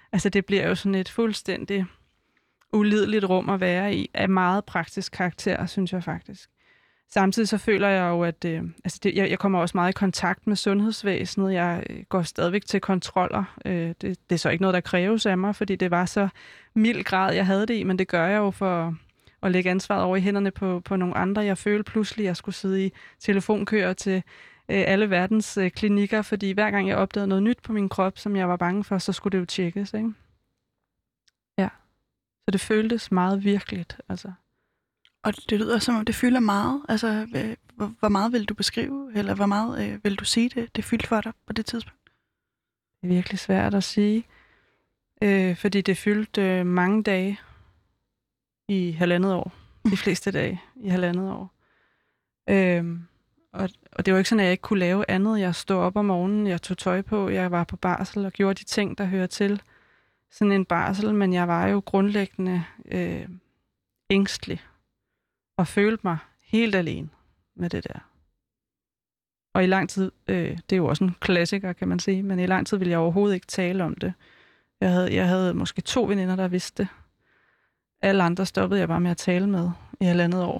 altså det bliver jo sådan et fuldstændig ulideligt rum at være i, af meget praktisk karakter, synes jeg faktisk. Samtidig så føler jeg jo, at øh, altså det, jeg, jeg kommer også meget i kontakt med sundhedsvæsenet. Jeg går stadigvæk til kontroller. Øh, det, det er så ikke noget, der kræves af mig, fordi det var så mild grad, jeg havde det i, men det gør jeg jo for at lægge ansvaret over i hænderne på, på nogle andre. Jeg følte pludselig, at jeg skulle sidde i telefonkøer til øh, alle verdens øh, klinikker, fordi hver gang jeg opdagede noget nyt på min krop, som jeg var bange for, så skulle det jo tjekkes, ikke? Ja. Så det føltes meget virkeligt, altså. Og det lyder som om, det fylder meget. Altså, hvor, hvor meget vil du beskrive, eller hvor meget øh, vil du sige, det, det fyldte for dig på det tidspunkt? Det er virkelig svært at sige, øh, fordi det fyldte øh, mange dage i halvandet år. De fleste dage i halvandet år. Øh, og, og det var ikke sådan, at jeg ikke kunne lave andet. Jeg stod op om morgenen, jeg tog tøj på, jeg var på barsel og gjorde de ting, der hører til sådan en barsel, men jeg var jo grundlæggende øh, ængstelig. Og følte mig helt alene med det der. Og i lang tid, øh, det er jo også en klassiker, kan man sige, men i lang tid ville jeg overhovedet ikke tale om det. Jeg havde, jeg havde måske to veninder, der vidste det. Alle andre stoppede jeg bare med at tale med i halvandet år.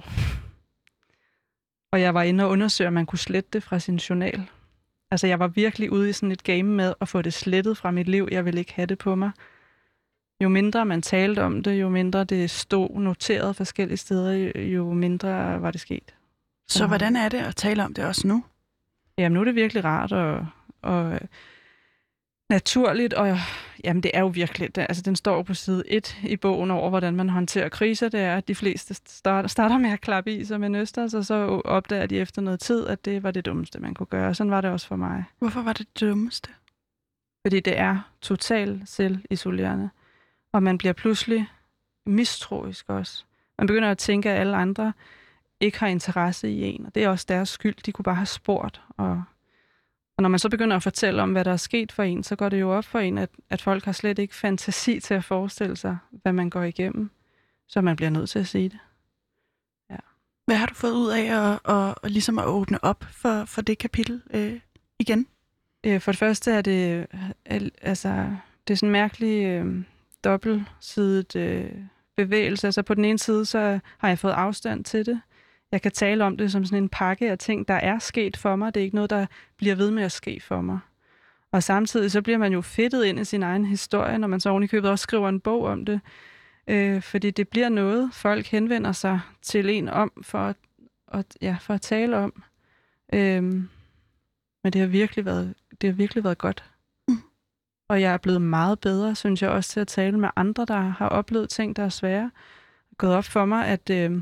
Og jeg var inde og undersøge, om man kunne slette det fra sin journal. Altså jeg var virkelig ude i sådan et game med at få det slettet fra mit liv. Jeg ville ikke have det på mig. Jo mindre man talte om det, jo mindre det stod noteret forskellige steder, jo mindre var det sket. Så, Så hvordan er det at tale om det også nu? Jamen nu er det virkelig rart og, og naturligt, og jamen det er jo virkelig, det, altså den står på side et i bogen over, hvordan man håndterer kriser. Det er, at de fleste starter, starter med at klappe i sig med nøster, og så opdager de efter noget tid, at det var det dummeste, man kunne gøre. Sådan var det også for mig. Hvorfor var det det dummeste? Fordi det er totalt selvisolerende. Og man bliver pludselig mistroisk også. Man begynder at tænke, at alle andre ikke har interesse i en, og det er også deres skyld. De kunne bare have spurgt. Og, og når man så begynder at fortælle om, hvad der er sket for en, så går det jo op for en, at, at folk har slet ikke fantasi til at forestille sig, hvad man går igennem. Så man bliver nødt til at sige det. Ja. Hvad har du fået ud af at, at, at, ligesom at åbne op for, for det kapitel øh, igen? Øh, for det første er det, altså, det er sådan en mærkelig øh, dobbeltsidet øh, bevægelse. Altså på den ene side, så har jeg fået afstand til det. Jeg kan tale om det som sådan en pakke af ting, der er sket for mig. Det er ikke noget, der bliver ved med at ske for mig. Og samtidig så bliver man jo fedtet ind i sin egen historie, når man så ovenikøbet også skriver en bog om det. Øh, fordi det bliver noget, folk henvender sig til en om for at, at, ja, for at tale om. Øh, men det har virkelig været, det har virkelig været godt. Mm. Og jeg er blevet meget bedre, synes jeg også, til at tale med andre, der har oplevet ting, der er svære. Det er gået op for mig, at, øh,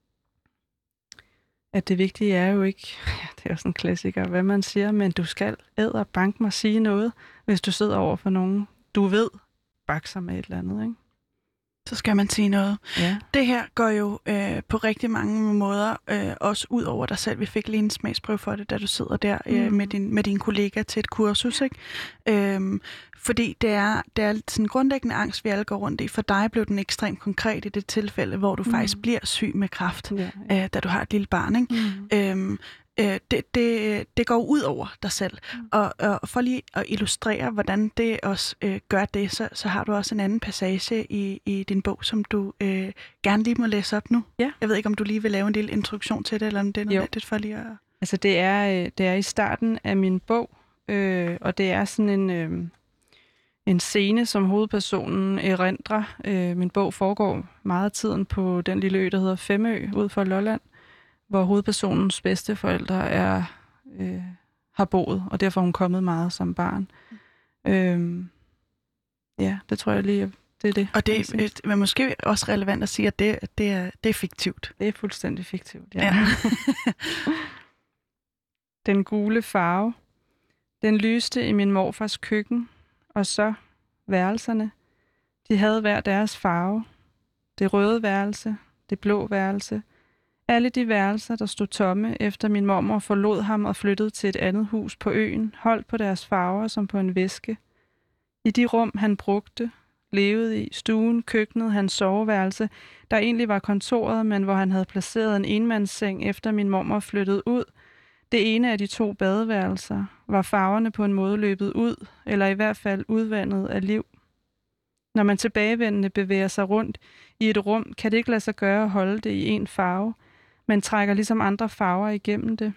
at det vigtige er jo ikke, ja, det er jo sådan en klassiker, hvad man siger, men du skal æde banke mig sige noget, hvis du sidder over for nogen, du ved, bakser med et eller andet, ikke? Så skal man sige noget. Ja. Det her går jo øh, på rigtig mange måder øh, også ud over dig selv. Vi fik lige en smagsprøve for det, da du sidder der øh, mm. med, din, med din kollega til et kursus. Ikke? Øhm, fordi det er, det er sådan en grundlæggende angst, vi alle går rundt i. For dig blev den ekstremt konkret i det tilfælde, hvor du mm. faktisk bliver syg med kræft, ja, ja. Øh, da du har et lille barn. Ikke? Mm. Øhm, Øh, det, det, det går ud over dig selv. Mm. Og, og for lige at illustrere, hvordan det også øh, gør det, så, så har du også en anden passage i, i din bog, som du øh, gerne lige må læse op nu. Ja. Jeg ved ikke, om du lige vil lave en lille introduktion til det, eller om det er noget det for lige at... Altså, det er, det er i starten af min bog, øh, og det er sådan en, øh, en scene, som hovedpersonen erindrer. Øh, min bog foregår meget af tiden på den lille ø, der hedder Femø, ud for Lolland, hvor hovedpersonens bedsteforældre er, øh, har boet, og derfor er hun kommet meget som barn. Mm. Øhm, ja, det tror jeg lige, det er det. Og det er måske også relevant at sige, at det, det, er, det er fiktivt. Det er fuldstændig fiktivt, ja. ja. Den gule farve, den lyste i min morfars køkken, og så værelserne. De havde hver deres farve. Det røde værelse, det blå værelse. Alle de værelser, der stod tomme, efter min mormor forlod ham og flyttede til et andet hus på øen, holdt på deres farver som på en væske. I de rum, han brugte, levede i, stuen, køkkenet, hans soveværelse, der egentlig var kontoret, men hvor han havde placeret en enmandsseng, efter min mormor flyttede ud. Det ene af de to badeværelser var farverne på en måde løbet ud, eller i hvert fald udvandet af liv. Når man tilbagevendende bevæger sig rundt i et rum, kan det ikke lade sig gøre at holde det i en farve. Man trækker ligesom andre farver igennem det.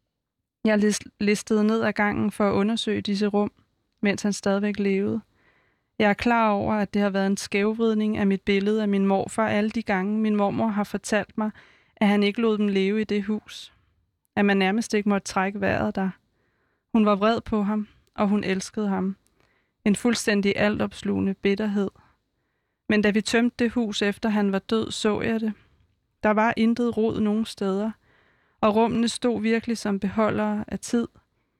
Jeg listede ned ad gangen for at undersøge disse rum, mens han stadigvæk levede. Jeg er klar over, at det har været en skævvridning af mit billede af min morfar alle de gange, min mormor har fortalt mig, at han ikke lod dem leve i det hus. At man nærmest ikke måtte trække vejret der. Hun var vred på ham, og hun elskede ham. En fuldstændig altopslugende bitterhed. Men da vi tømte det hus efter han var død, så jeg det. Der var intet rod nogen steder, og rummene stod virkelig som beholdere af tid.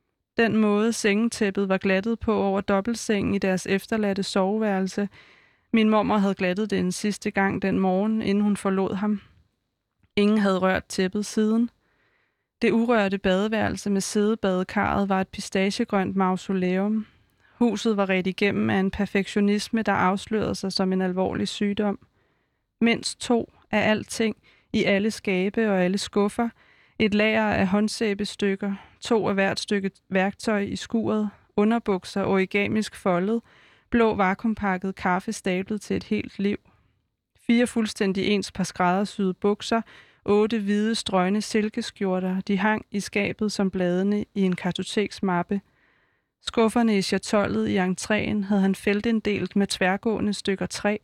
Den måde sengetæppet var glattet på over dobbeltsengen i deres efterladte soveværelse. Min mormor havde glattet det en sidste gang den morgen, inden hun forlod ham. Ingen havde rørt tæppet siden. Det urørte badeværelse med sædebadekarret var et pistachegrønt mausoleum. Huset var redt igennem af en perfektionisme, der afslørede sig som en alvorlig sygdom. Mindst to af alting i alle skabe og alle skuffer, et lager af håndsæbestykker, to af hvert stykke værktøj i skuret, underbukser origamisk foldet, blå vakuumpakket kaffe stablet til et helt liv. Fire fuldstændig ens par skræddersyede bukser, otte hvide strøgne silkeskjorter, de hang i skabet som bladene i en kartoteksmappe. Skufferne i chatollet i entréen havde han feltinddelt med tværgående stykker træ.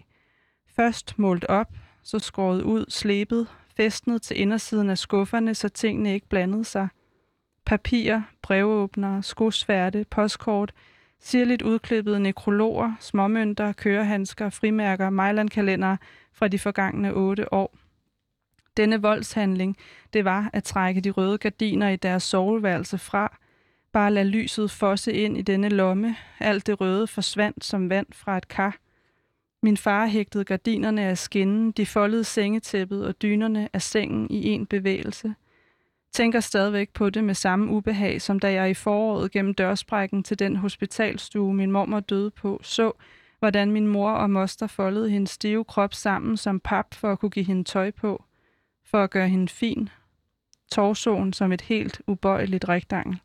Først målt op, så skåret ud, slebet, fæstnet til indersiden af skufferne, så tingene ikke blandede sig. Papirer, brevåbnere, skosværte, postkort, sirligt udklippede nekrologer, småmønter, kørehandsker, frimærker, Mejland-kalendere fra de forgangne otte år. Denne voldshandling, det var at trække de røde gardiner i deres soveværelse fra, bare lade lyset fosse ind i denne lomme, alt det røde forsvandt som vand fra et kar. Min far hægtede gardinerne af skinnen, de foldede sengetæppet og dynerne af sengen i en bevægelse. Tænker stadigvæk på det med samme ubehag, som da jeg i foråret gennem dørsprækken til den hospitalstue, min mormor døde på, så, hvordan min mor og moster foldede hendes stive krop sammen som pap for at kunne give hende tøj på, for at gøre hende fin. Torsoen som et helt ubøjeligt rektangel.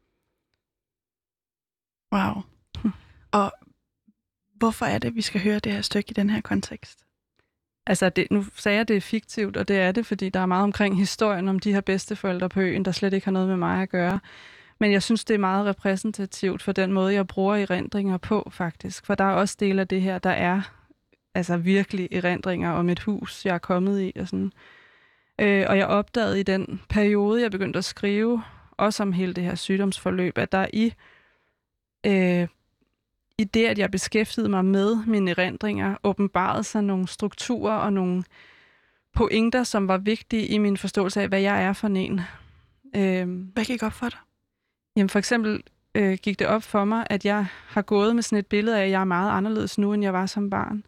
Wow. Og hvorfor er det, vi skal høre det her stykke i den her kontekst? Altså, det, nu sagde jeg, det er fiktivt, og det er det, fordi der er meget omkring historien om de her bedsteforældre på øen, der slet ikke har noget med mig at gøre. Men jeg synes, det er meget repræsentativt for den måde, jeg bruger erindringer på, faktisk. For der er også dele af det her, der er altså virkelig erindringer om et hus, jeg er kommet i. Og, sådan. Øh, og jeg opdagede i den periode, jeg begyndte at skrive, også om hele det her sygdomsforløb, at der i... Øh, I det, at jeg beskæftigede mig med mine erindringer, åbenbarede sig nogle strukturer og nogle pointer, som var vigtige i min forståelse af, hvad jeg er for en. Øhm, hvad gik op for dig? Jamen for eksempel øh, gik det op for mig, at jeg har gået med sådan et billede af, at jeg er meget anderledes nu, end jeg var som barn.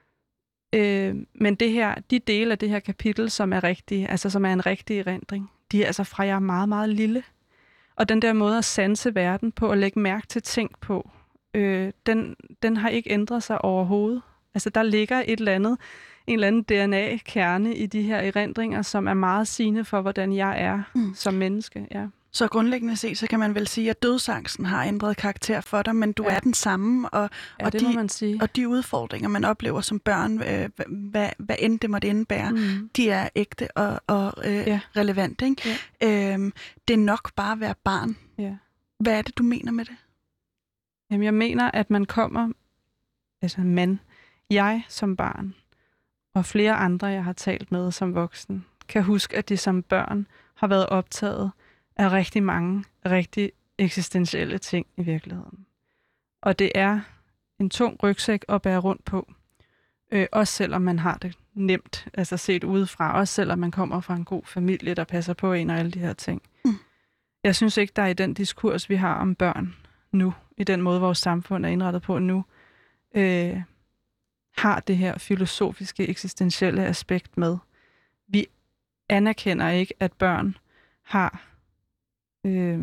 Øh, men det her, de dele af det her kapitel, som er rigtige, altså som er en rigtig erindring, de er altså fra jeg er meget, meget lille. Og den der måde at sanse verden på, og lægge mærke til ting på, Øh, den, den har ikke ændret sig overhovedet. Altså, der ligger et eller andet, en eller anden D N A-kerne i de her erindringer, som er meget sigende for, hvordan jeg er mm. som menneske. Ja. Så grundlæggende set, så kan man vel sige, at dødsangsten har ændret karakter for dig, men du ja. er den samme, og, ja, og, det de, må man sige. og de udfordringer, man oplever som børn, øh, hvad, hvad end det måtte indebære, mm. de er ægte og, og øh, ja. relevante. Ikke? Ja. Øhm, det er nok bare at være barn. Ja. Hvad er det, du mener med det? Jamen, jeg mener, at man kommer, altså man, jeg som barn, og flere andre, jeg har talt med som voksen, kan huske, at de som børn har været optaget af rigtig mange, rigtig eksistentielle ting i virkeligheden. Og det er en tung rygsæk at bære rundt på, øh, også selvom man har det nemt, altså set udefra, også selvom man kommer fra en god familie, der passer på en og alle de her ting. Mm. Jeg synes ikke, der er i den diskurs, vi har om børn nu, i den måde, vores samfund er indrettet på nu, øh, har det her filosofiske, eksistentielle aspekt med. Vi anerkender ikke, at børn har øh,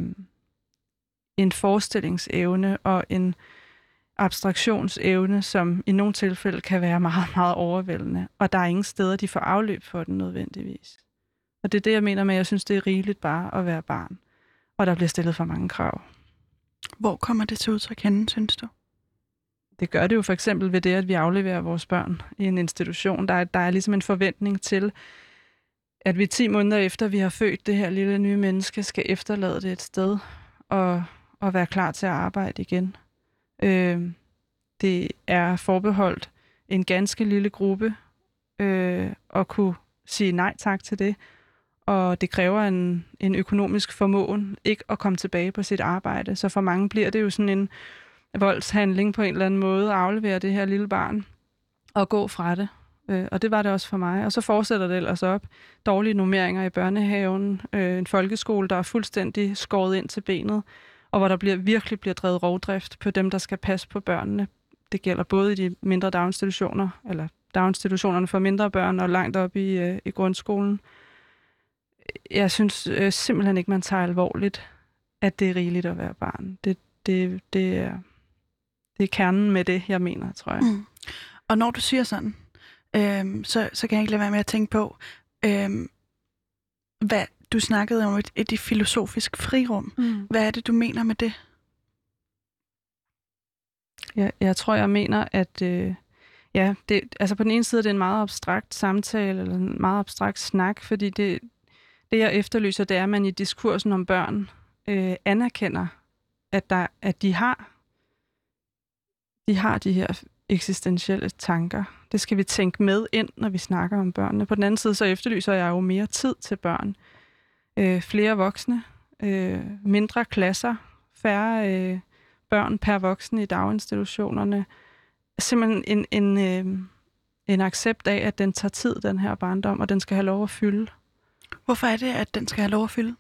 en forestillingsevne og en abstraktionsevne, som i nogle tilfælde kan være meget, meget overvældende, og der er ingen steder, de får afløb for den nødvendigvis. Og det er det, jeg mener med, at jeg synes, det er rigeligt bare at være barn, og der bliver stillet for mange krav. Hvor kommer det til udtryk henne, synes du? det gør det jo for eksempel ved det, at vi afleverer vores børn i en institution. Der er, der er ligesom en forventning til, at vi ti måneder efter, vi har født det her lille nye menneske, skal efterlade det et sted og, og være klar til at arbejde igen. Øh, det er forbeholdt en ganske lille gruppe øh, at kunne sige nej tak til det, og det kræver en, en økonomisk formåen ikke at komme tilbage på sit arbejde. Så for mange bliver det jo sådan en voldshandling på en eller anden måde at aflevere det her lille barn og gå fra det. Øh, og det var det også for mig. Og så fortsætter det ellers op. Dårlige normeringer i børnehaven, øh, en folkeskole, der er fuldstændig skåret ind til benet, og hvor der bliver, virkelig bliver drevet rovdrift på dem, der skal passe på børnene. Det gælder både i de mindre daginstitutioner, eller daginstitutionerne for mindre børn, og langt op i, øh, i grundskolen. Jeg synes øh, simpelthen ikke, man tager alvorligt, at det er rigeligt at være barn. Det, det, det, er, det er kernen med det, jeg mener, tror jeg. Mm. Og når du siger sådan, øhm, så, så kan jeg ikke lade være med at tænke på, øhm, hvad du snakkede om et, et, et filosofisk frirum. Mm. Hvad er det, du mener med det? Jeg, jeg tror, jeg mener, at øh, ja, det, altså på den ene side det er en meget abstrakt samtale, eller en meget abstrakt snak, fordi det, det jeg efterlyser, det er, at man i diskursen om børn øh, anerkender, at, der, at de har de har de her eksistentielle tanker. Det skal vi tænke med ind, når vi snakker om børnene. På den anden side, så efterlyser jeg jo mere tid til børn. Øh, flere voksne, øh, mindre klasser, færre øh, børn per voksen i daginstitutionerne. Simpelthen en, en, øh, en accept af, at den tager tid, den her barndom, og den skal have lov at fylde. Hvorfor er det, at den skal have lov at fylde?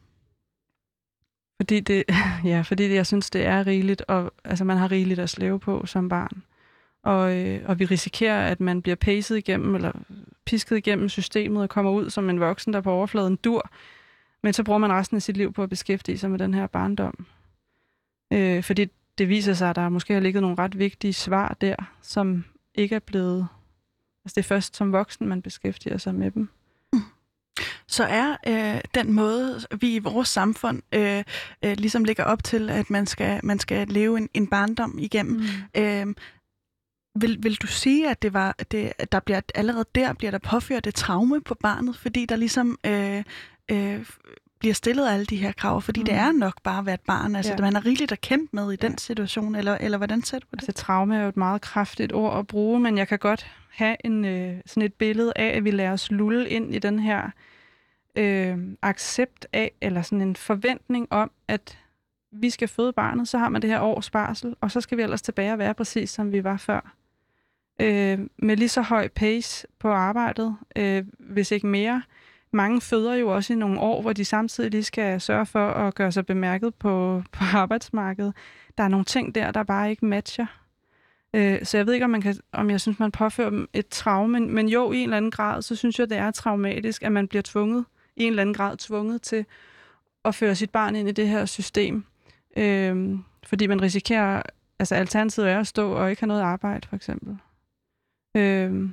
Fordi det, ja, fordi det, jeg synes, det er rigeligt, og altså, man har rigeligt at slæve på som barn. Og, øh, og vi risikerer, at man bliver pacet igennem, eller pisket igennem systemet, og kommer ud som en voksen, der på overfladen dur. Men så bruger man resten af sit liv på at beskæftige sig med den her barndom. Øh, fordi det viser sig, at der måske har ligget nogle ret vigtige svar der, som ikke er blevet... Altså det er først som voksen, man beskæftiger sig med dem. Mm. Så er øh, den måde, vi i vores samfund øh, øh, ligesom lægger op til, at man skal, man skal leve en, en barndom igennem... Mm. Øh, Vil, vil du sige, at det var, det, der bliver, allerede der bliver der påført et traume på barnet, fordi der ligesom øh, øh, bliver stillet alle de her krav, fordi mm. det er nok bare at være et barn, altså ja. Man har rigeligt at kæmpe med i den ja. situation, eller, eller hvordan ser du på det? Altså traume er jo et meget kraftigt ord at bruge, men jeg kan godt have en, øh, sådan et billede af, at vi lader os lulle ind i den her øh, accept af, eller sådan en forventning om, at vi skal føde barnet, så har man det her års barsel, og så skal vi ellers tilbage og være præcis, som vi var før. Øh, med lige så høj pace på arbejdet, øh, hvis ikke mere. Mange føder jo også i nogle år, hvor de samtidig lige skal sørge for at gøre sig bemærket på, på arbejdsmarkedet. Der er nogle ting der, der bare ikke matcher. Øh, så jeg ved ikke, om, man kan, om jeg synes, man påfører dem et traume, men, men jo, i en eller anden grad, så synes jeg, det er traumatisk, at man bliver tvunget, i en eller anden grad tvunget til at føre sit barn ind i det her system. Øh, fordi man risikerer, altså alternativet er at stå og ikke have noget arbejde, for eksempel. Øh,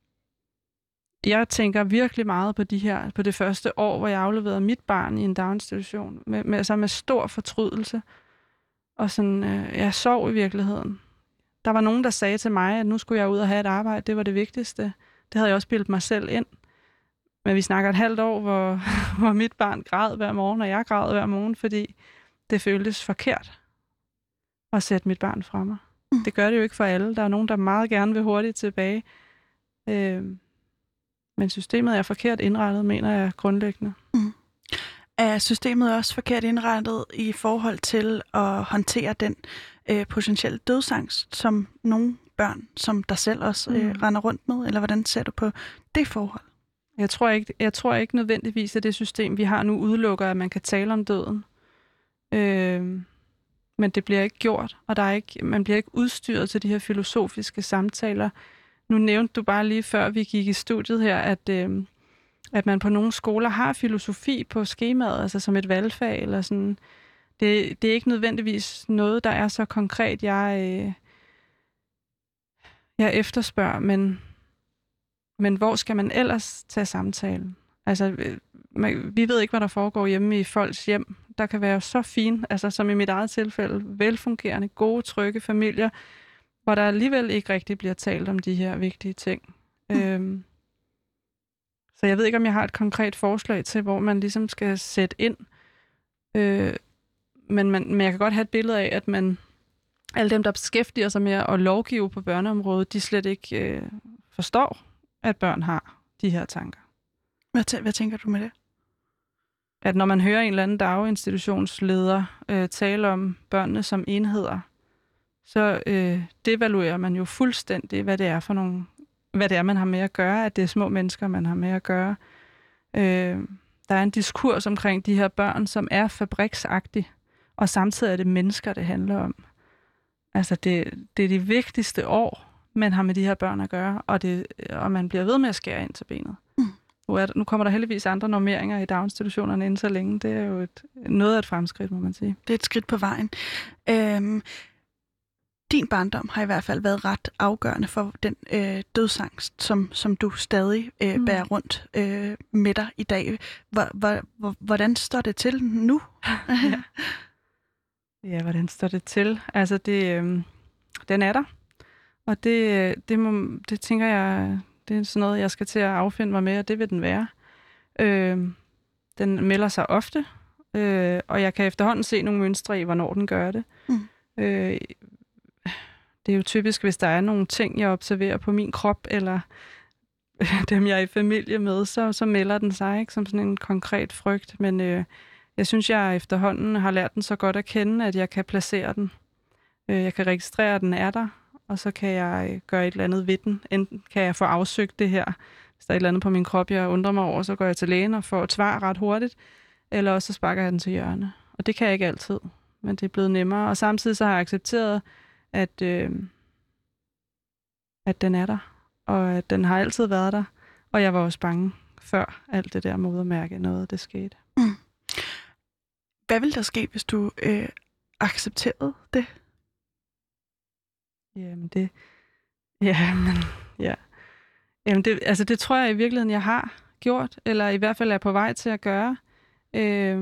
jeg tænker virkelig meget på de her, på det første år, hvor jeg afleverede mit barn i en daginstitution, med, med, altså med stor fortrydelse. Og sådan, øh, jeg sov i virkeligheden. Der var nogen, der sagde til mig, at nu skulle jeg ud og have et arbejde, det var det vigtigste. Det havde jeg også bildet mig selv ind. Men vi snakker et halvt år, hvor, hvor mit barn græd hver morgen, og jeg græd hver morgen, fordi det føltes forkert at sætte mit barn fra mig. Mm. Det gør det jo ikke for alle. Der er nogen, der meget gerne vil hurtigt tilbage. Øh, men systemet er forkert indrettet, mener jeg grundlæggende. Mm. Er systemet også forkert indrettet i forhold til at håndtere den øh, potentielle dødsangst, som nogle børn, som dig selv også øh, mm. render rundt med? Eller hvordan ser du på det forhold? Jeg tror ikke, jeg tror ikke nødvendigvis, at det system, vi har nu, udelukker, at man kan tale om døden. Øh, men det bliver ikke gjort, og der er ikke, man bliver ikke udstyret til de her filosofiske samtaler. Nu nævnte du bare lige før vi gik i studiet her, at, øh, at man på nogle skoler har filosofi på skemaet, altså som et valgfag eller sådan. Det, det er ikke nødvendigvis noget, der er så konkret, jeg, øh, jeg efterspørger, men, men hvor skal man ellers tage samtalen? Altså, man, vi ved ikke, hvad der foregår hjemme i folks hjem. Der kan være så fint, altså som i mit eget tilfælde, velfungerende, gode, trygge familier, hvor der alligevel ikke rigtig bliver talt om de her vigtige ting. Mm. Øhm, så jeg ved ikke, om jeg har et konkret forslag til, hvor man ligesom skal sætte ind. Øh, men, man, men jeg kan godt have et billede af, at man alle dem, der beskæftiger sig med at lovgive på børneområdet, de slet ikke øh, forstår, at børn har de her tanker. Hvad, t- hvad tænker du med det? At når man hører en eller anden daginstitutionsleder øh, tale om børnene som enheder, så øh, devaluerer man jo fuldstændig, hvad det er for nogle, hvad det er, man har med at gøre, at det er små mennesker, man har med at gøre. Øh, der er en diskurs omkring de her børn, som er fabriksagtige, og samtidig er det mennesker, det handler om. Altså, det, det er de vigtigste år, man har med de her børn at gøre, og, det, og man bliver ved med at skære ind til benet. Mm. Nu, er der, nu kommer der heldigvis andre normeringer i daginstitutionerne inden så længe. Det er jo et, noget af et fremskridt, må man sige. Det er et skridt på vejen. Øhm, din barndom har i hvert fald været ret afgørende for den øh, dødsangst, som, som du stadig øh, mm. bærer rundt øh, med dig i dag. Hvor, hvor, hvordan står det til nu? ja. ja, hvordan står det til? Altså, det, øh, den er der. Og det, det, må, det tænker jeg, det er sådan noget, jeg skal til at affinde mig med, og det vil den være. Øh, den melder sig ofte, øh, og jeg kan efterhånden se nogle mønstre i, hvornår den gør det. Mm. Øh, det er jo typisk, hvis der er nogle ting, jeg observerer på min krop, eller dem, jeg er i familie med, så, så melder den sig ikke som sådan en konkret frygt. Men øh, jeg synes, jeg efterhånden har lært den så godt at kende, at jeg kan placere den. Øh, jeg kan registrere, at den er der, og så kan jeg gøre et eller andet ved den. Enten kan jeg få afsøgt det her. Hvis der er et eller andet på min krop, jeg undrer mig over, så går jeg til lægen og får et svar ret hurtigt. Eller også så sparker jeg den til hjørne. Og det kan jeg ikke altid, men det er blevet nemmere. Og samtidig så har jeg accepteret, at, øh, at den er der. Og at den har altid været der. Og jeg var også bange før alt det der modermærke noget, det skete. Mm. Hvad ville der ske, hvis du øh, accepterede det? Jamen det... Ja, men... Ja. Jamen det, altså det tror jeg i virkeligheden, jeg har gjort. Eller i hvert fald er på vej til at gøre. Øh,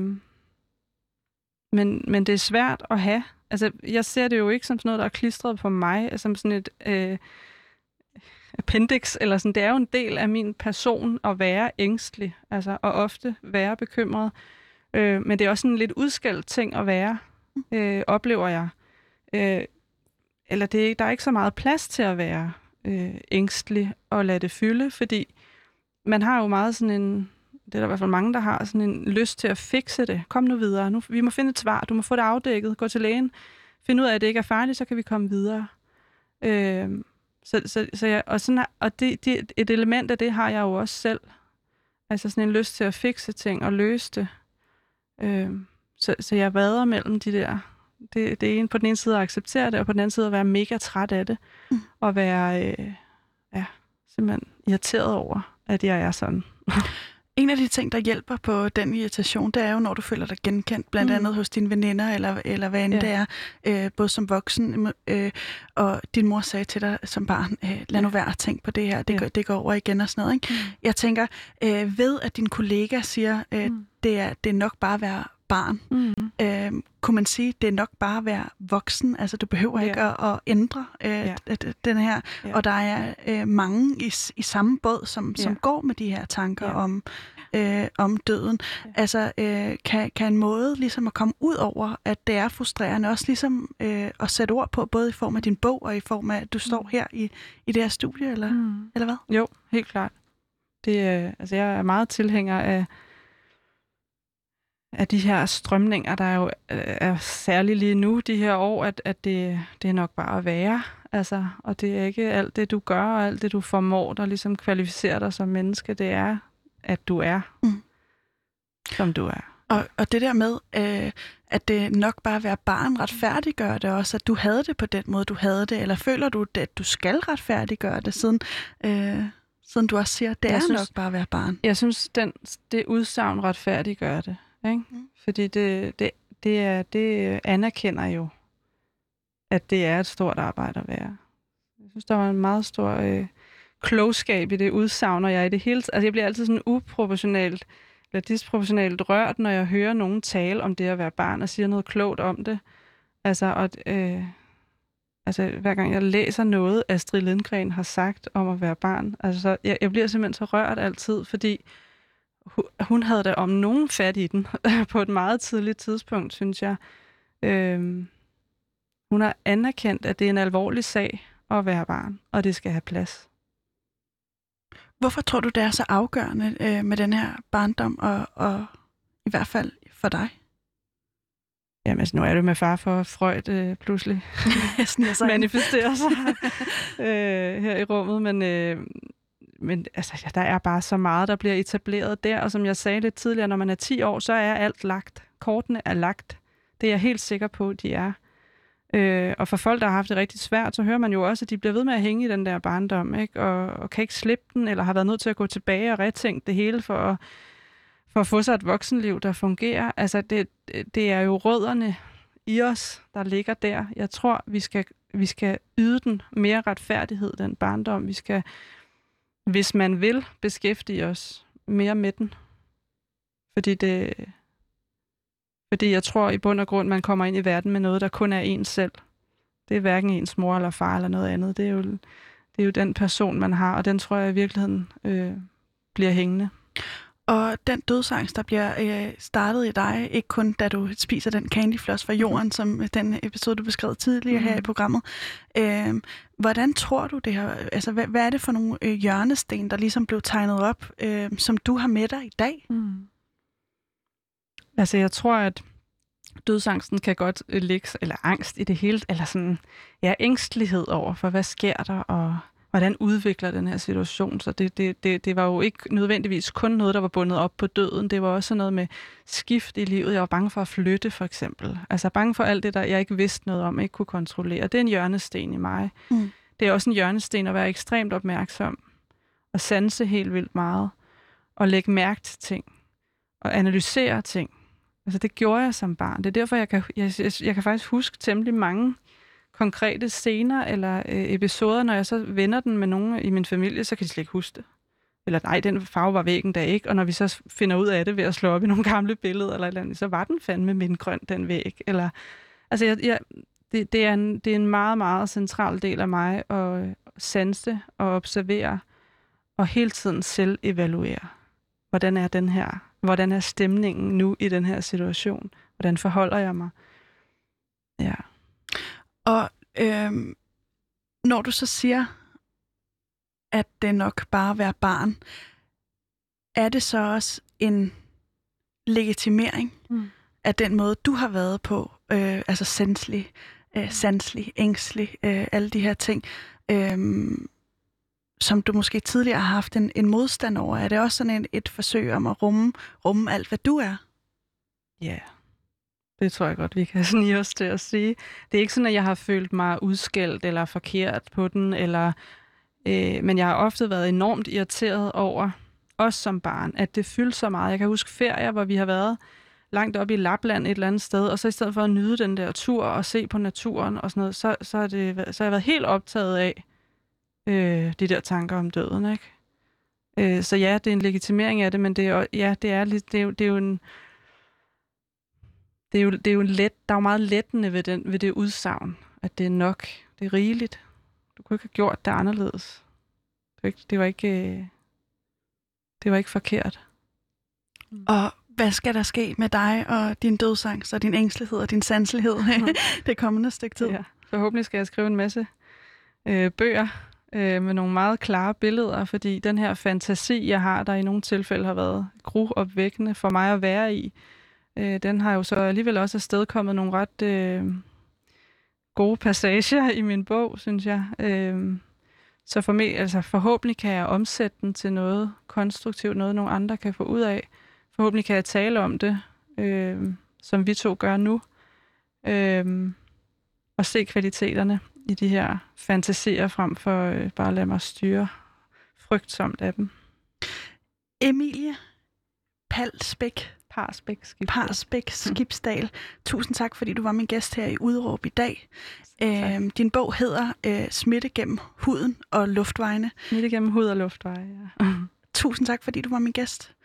men, men det er svært at have. Altså, jeg ser det jo ikke som sådan noget, der er klistret på mig, som sådan et øh, appendix, eller sådan. Det er jo en del af min person at være ængstelig, altså, og ofte være bekymret. Øh, men det er også en lidt udskældt ting at være, øh, oplever jeg. Øh, eller det er, der er ikke så meget plads til at være øh, ængstelig og lade det fylde, fordi man har jo meget sådan en... Det er der i hvert fald mange, der har sådan en lyst til at fikse det. Kom nu videre. Nu, vi må finde et svar. Du må få det afdækket. Gå til lægen. Find ud af, at det ikke er farligt, så kan vi komme videre. Øh, så, så, så jeg, og sådan, og det, det, et element af det har jeg jo også selv. Altså sådan en lyst til at fikse ting og løse det. Øh, så, så jeg vader mellem de der... Det, det ene på den ene side at acceptere det, og på den anden side at være mega træt af det. Mm. Og være øh, ja, simpelthen irriteret over, at jeg er sådan. En af de ting, der hjælper på den irritation, det er jo, når du føler dig genkendt, blandt mm. andet hos dine veninder, eller, eller hvad end ja. det er, øh, både som voksen, øh, og din mor sagde til dig som barn, øh, lad nu være at tænke på det her, det, ja. går, det går over igen og sådan noget. Ikke? Mm. Jeg tænker, øh, ved at din kollega siger, øh, mm. det, er, det er nok bare at være barn, mm. øh, kunne man sige, det er nok bare at være voksen, altså du behøver ja. ikke at, at ændre øh, ja. den her, ja. og der er øh, mange i, i samme båd, som, ja. som går med de her tanker ja. om, øh, om døden. Ja. Altså øh, kan, kan en måde ligesom at komme ud over, at det er frustrerende, også ligesom øh, at sætte ord på, både i form af din bog, og i form af, at du står her i, i det her studie, eller, mm. eller hvad? Jo, helt klart. Det, øh, altså jeg er meget tilhænger af af de her strømninger, der jo er særligt lige nu, de her år, at, at det, det er nok bare at være. Altså, og det er ikke alt det, du gør, og alt det, du formår, der ligesom kvalificerer dig som menneske. Det er, at du er, mm. som du er. Og, og det der med, øh, at det nok bare at være barn retfærdiggør det også, at du havde det på den måde, du havde det, eller føler du, at du skal retfærdiggøre det, siden, øh, siden du også siger, at det jeg er synes, nok bare at være barn? Jeg synes, den, det udsagn retfærdiggør det. Ikke? Mm. Fordi det, det, det, er, det anerkender jo, at det er et stort arbejde at være. Jeg synes, der var en meget stor øh, klogskab i det udsagn, og jeg i det hele, altså jeg bliver altid sådan uproportionalt eller disproportionalt rørt, når jeg hører nogen tale om det at være barn og siger noget klogt om det. Altså, og, øh, altså hver gang jeg læser noget, Astrid Lindgren har sagt om at være barn, altså jeg, jeg bliver simpelthen så rørt altid, fordi hun, hun havde da om nogen fat i den på et meget tidligt tidspunkt, synes jeg. Øhm, hun har anerkendt, at det er en alvorlig sag at være barn, og det skal have plads. Hvorfor tror du, det er så afgørende øh, med den her barndom, og, og i hvert fald for dig? Jamen, altså, nu er det med far for Freud øh, pludselig manifesterer sig øh, her i rummet, men, øh, men altså, ja, der er bare så meget, der bliver etableret der, og som jeg sagde lidt tidligere, når man er ti år, så er alt lagt. Kortene er lagt. Det er jeg helt sikker på, de er. Øh, og for folk, der har haft det rigtig svært, så hører man jo også, at de bliver ved med at hænge i den der barndom, ikke? Og, og kan ikke slippe den, eller har været nødt til at gå tilbage og retænke det hele for at, for at få sig et voksenliv, der fungerer. Altså, det, det er jo rødderne i os, der ligger der. Jeg tror, vi skal, vi skal yde den mere retfærdighed, den barndom. Vi skal, hvis man vil, beskæftige os mere med den. Fordi det... Fordi jeg tror i bund og grund, man kommer ind i verden med noget, der kun er ens selv. Det er hverken ens mor eller far eller noget andet. Det er jo, det er jo den person, man har, og den tror jeg i virkeligheden øh, bliver hængende. Og den dødsangst, der bliver øh, startet i dig, ikke kun da du spiser den candyfloss fra jorden, som den episode, du beskrev tidligere mm. her i programmet. Øh, hvordan tror du det her? Altså, hvad, hvad er det for nogle øh, hjørnesten, der ligesom blev tegnet op, øh, som du har med dig i dag? Mm. Altså, jeg tror, at dødsangsten kan godt ligge, eller angst i det hele, eller sådan, ja, ængstelighed over for, hvad sker der, og hvordan udvikler den her situation. Så det, det, det, det var jo ikke nødvendigvis kun noget, der var bundet op på døden. Det var også noget med skift i livet. Jeg var bange for at flytte, for eksempel. Altså bange for alt det, der jeg ikke vidste noget om, ikke kunne kontrollere. Det er en hjørnesten i mig. Mm. Det er også en hjørnesten at være ekstremt opmærksom, og sanse helt vildt meget, og lægge mærke til ting, og analysere ting. Altså, det gjorde jeg som barn. Det er derfor, jeg kan, jeg, jeg, jeg kan faktisk huske temmelig mange konkrete scener eller øh, episoder, når jeg så vender den med nogen i min familie, så kan de slet ikke huske det. Eller nej, den farve var væggen der ikke, og når vi så finder ud af det ved at slå op i nogle gamle billeder eller et eller andet, så var den fandme mindgrøn, den væg. Eller, altså, jeg, jeg, det, det, er en, det er en meget, meget central del af mig at sanse og observere og hele tiden selv evaluere. Hvordan er den her? Hvordan er stemningen nu i den her situation? Hvordan forholder jeg mig? Ja. Og øhm, når du så siger, at det nok bare at være barn, er det så også en legitimering mm. af den måde, du har været på? Øh, altså sanselig, øh, sanselig, ængstelig, øh, alle de her ting, øh, som du måske tidligere har haft en, en modstand over. Er det også sådan en, et forsøg om at rumme, rumme alt, hvad du er? Ja, yeah. Det tror jeg godt, vi kan snige os til at sige. Det er ikke sådan, at jeg har følt mig udskældt eller forkert på den, eller, øh, men jeg har ofte været enormt irriteret over, også som barn, at det fyldte så meget. Jeg kan huske ferier, hvor vi har været langt oppe i Lapland et eller andet sted, og så i stedet for at nyde den der tur og se på naturen og sådan noget, så, så, er det, så har jeg været helt optaget af øh, de der tanker om døden, ikke? Øh, så ja, det er en legitimering af det, men det er, ja, det er, det er, jo, det er jo en Det er jo, det er jo let, der er jo meget lettende ved, den, ved det udsagn, at det er nok, det er rigeligt. Du kunne ikke have gjort det anderledes. Det var ikke, det var ikke, det var ikke forkert. Mm. Og hvad skal der ske med dig og din dødsangst og din ængstelighed og din sanselighed mm. det kommende stykke tid? Ja, forhåbentlig skal jeg skrive en masse øh, bøger øh, med nogle meget klare billeder, fordi den her fantasi, jeg har, der i nogle tilfælde har været gruopvækkende for mig at være i, Øh, den har jo så alligevel også afstedkommet nogle ret øh, gode passager i min bog, synes jeg. Øh, så for mig, altså forhåbentlig kan jeg omsætte den til noget konstruktivt, noget nogle andre kan få ud af. Forhåbentlig kan jeg tale om det, øh, som vi to gør nu, øh, og se kvaliteterne i de her fantasier, frem for øh, bare at lade mig styre frygtsomt af dem. Emilie Palsbæk. Parsbæk Skibsdal. Parsbæk Skibsdal. Tusind tak, fordi du var min gæst her i Udråb i dag. Æm, din bog hedder øh, Smitte gennem huden og luftvejene. Smitte gennem hud og luftveje, ja. Tusind tak, fordi du var min gæst.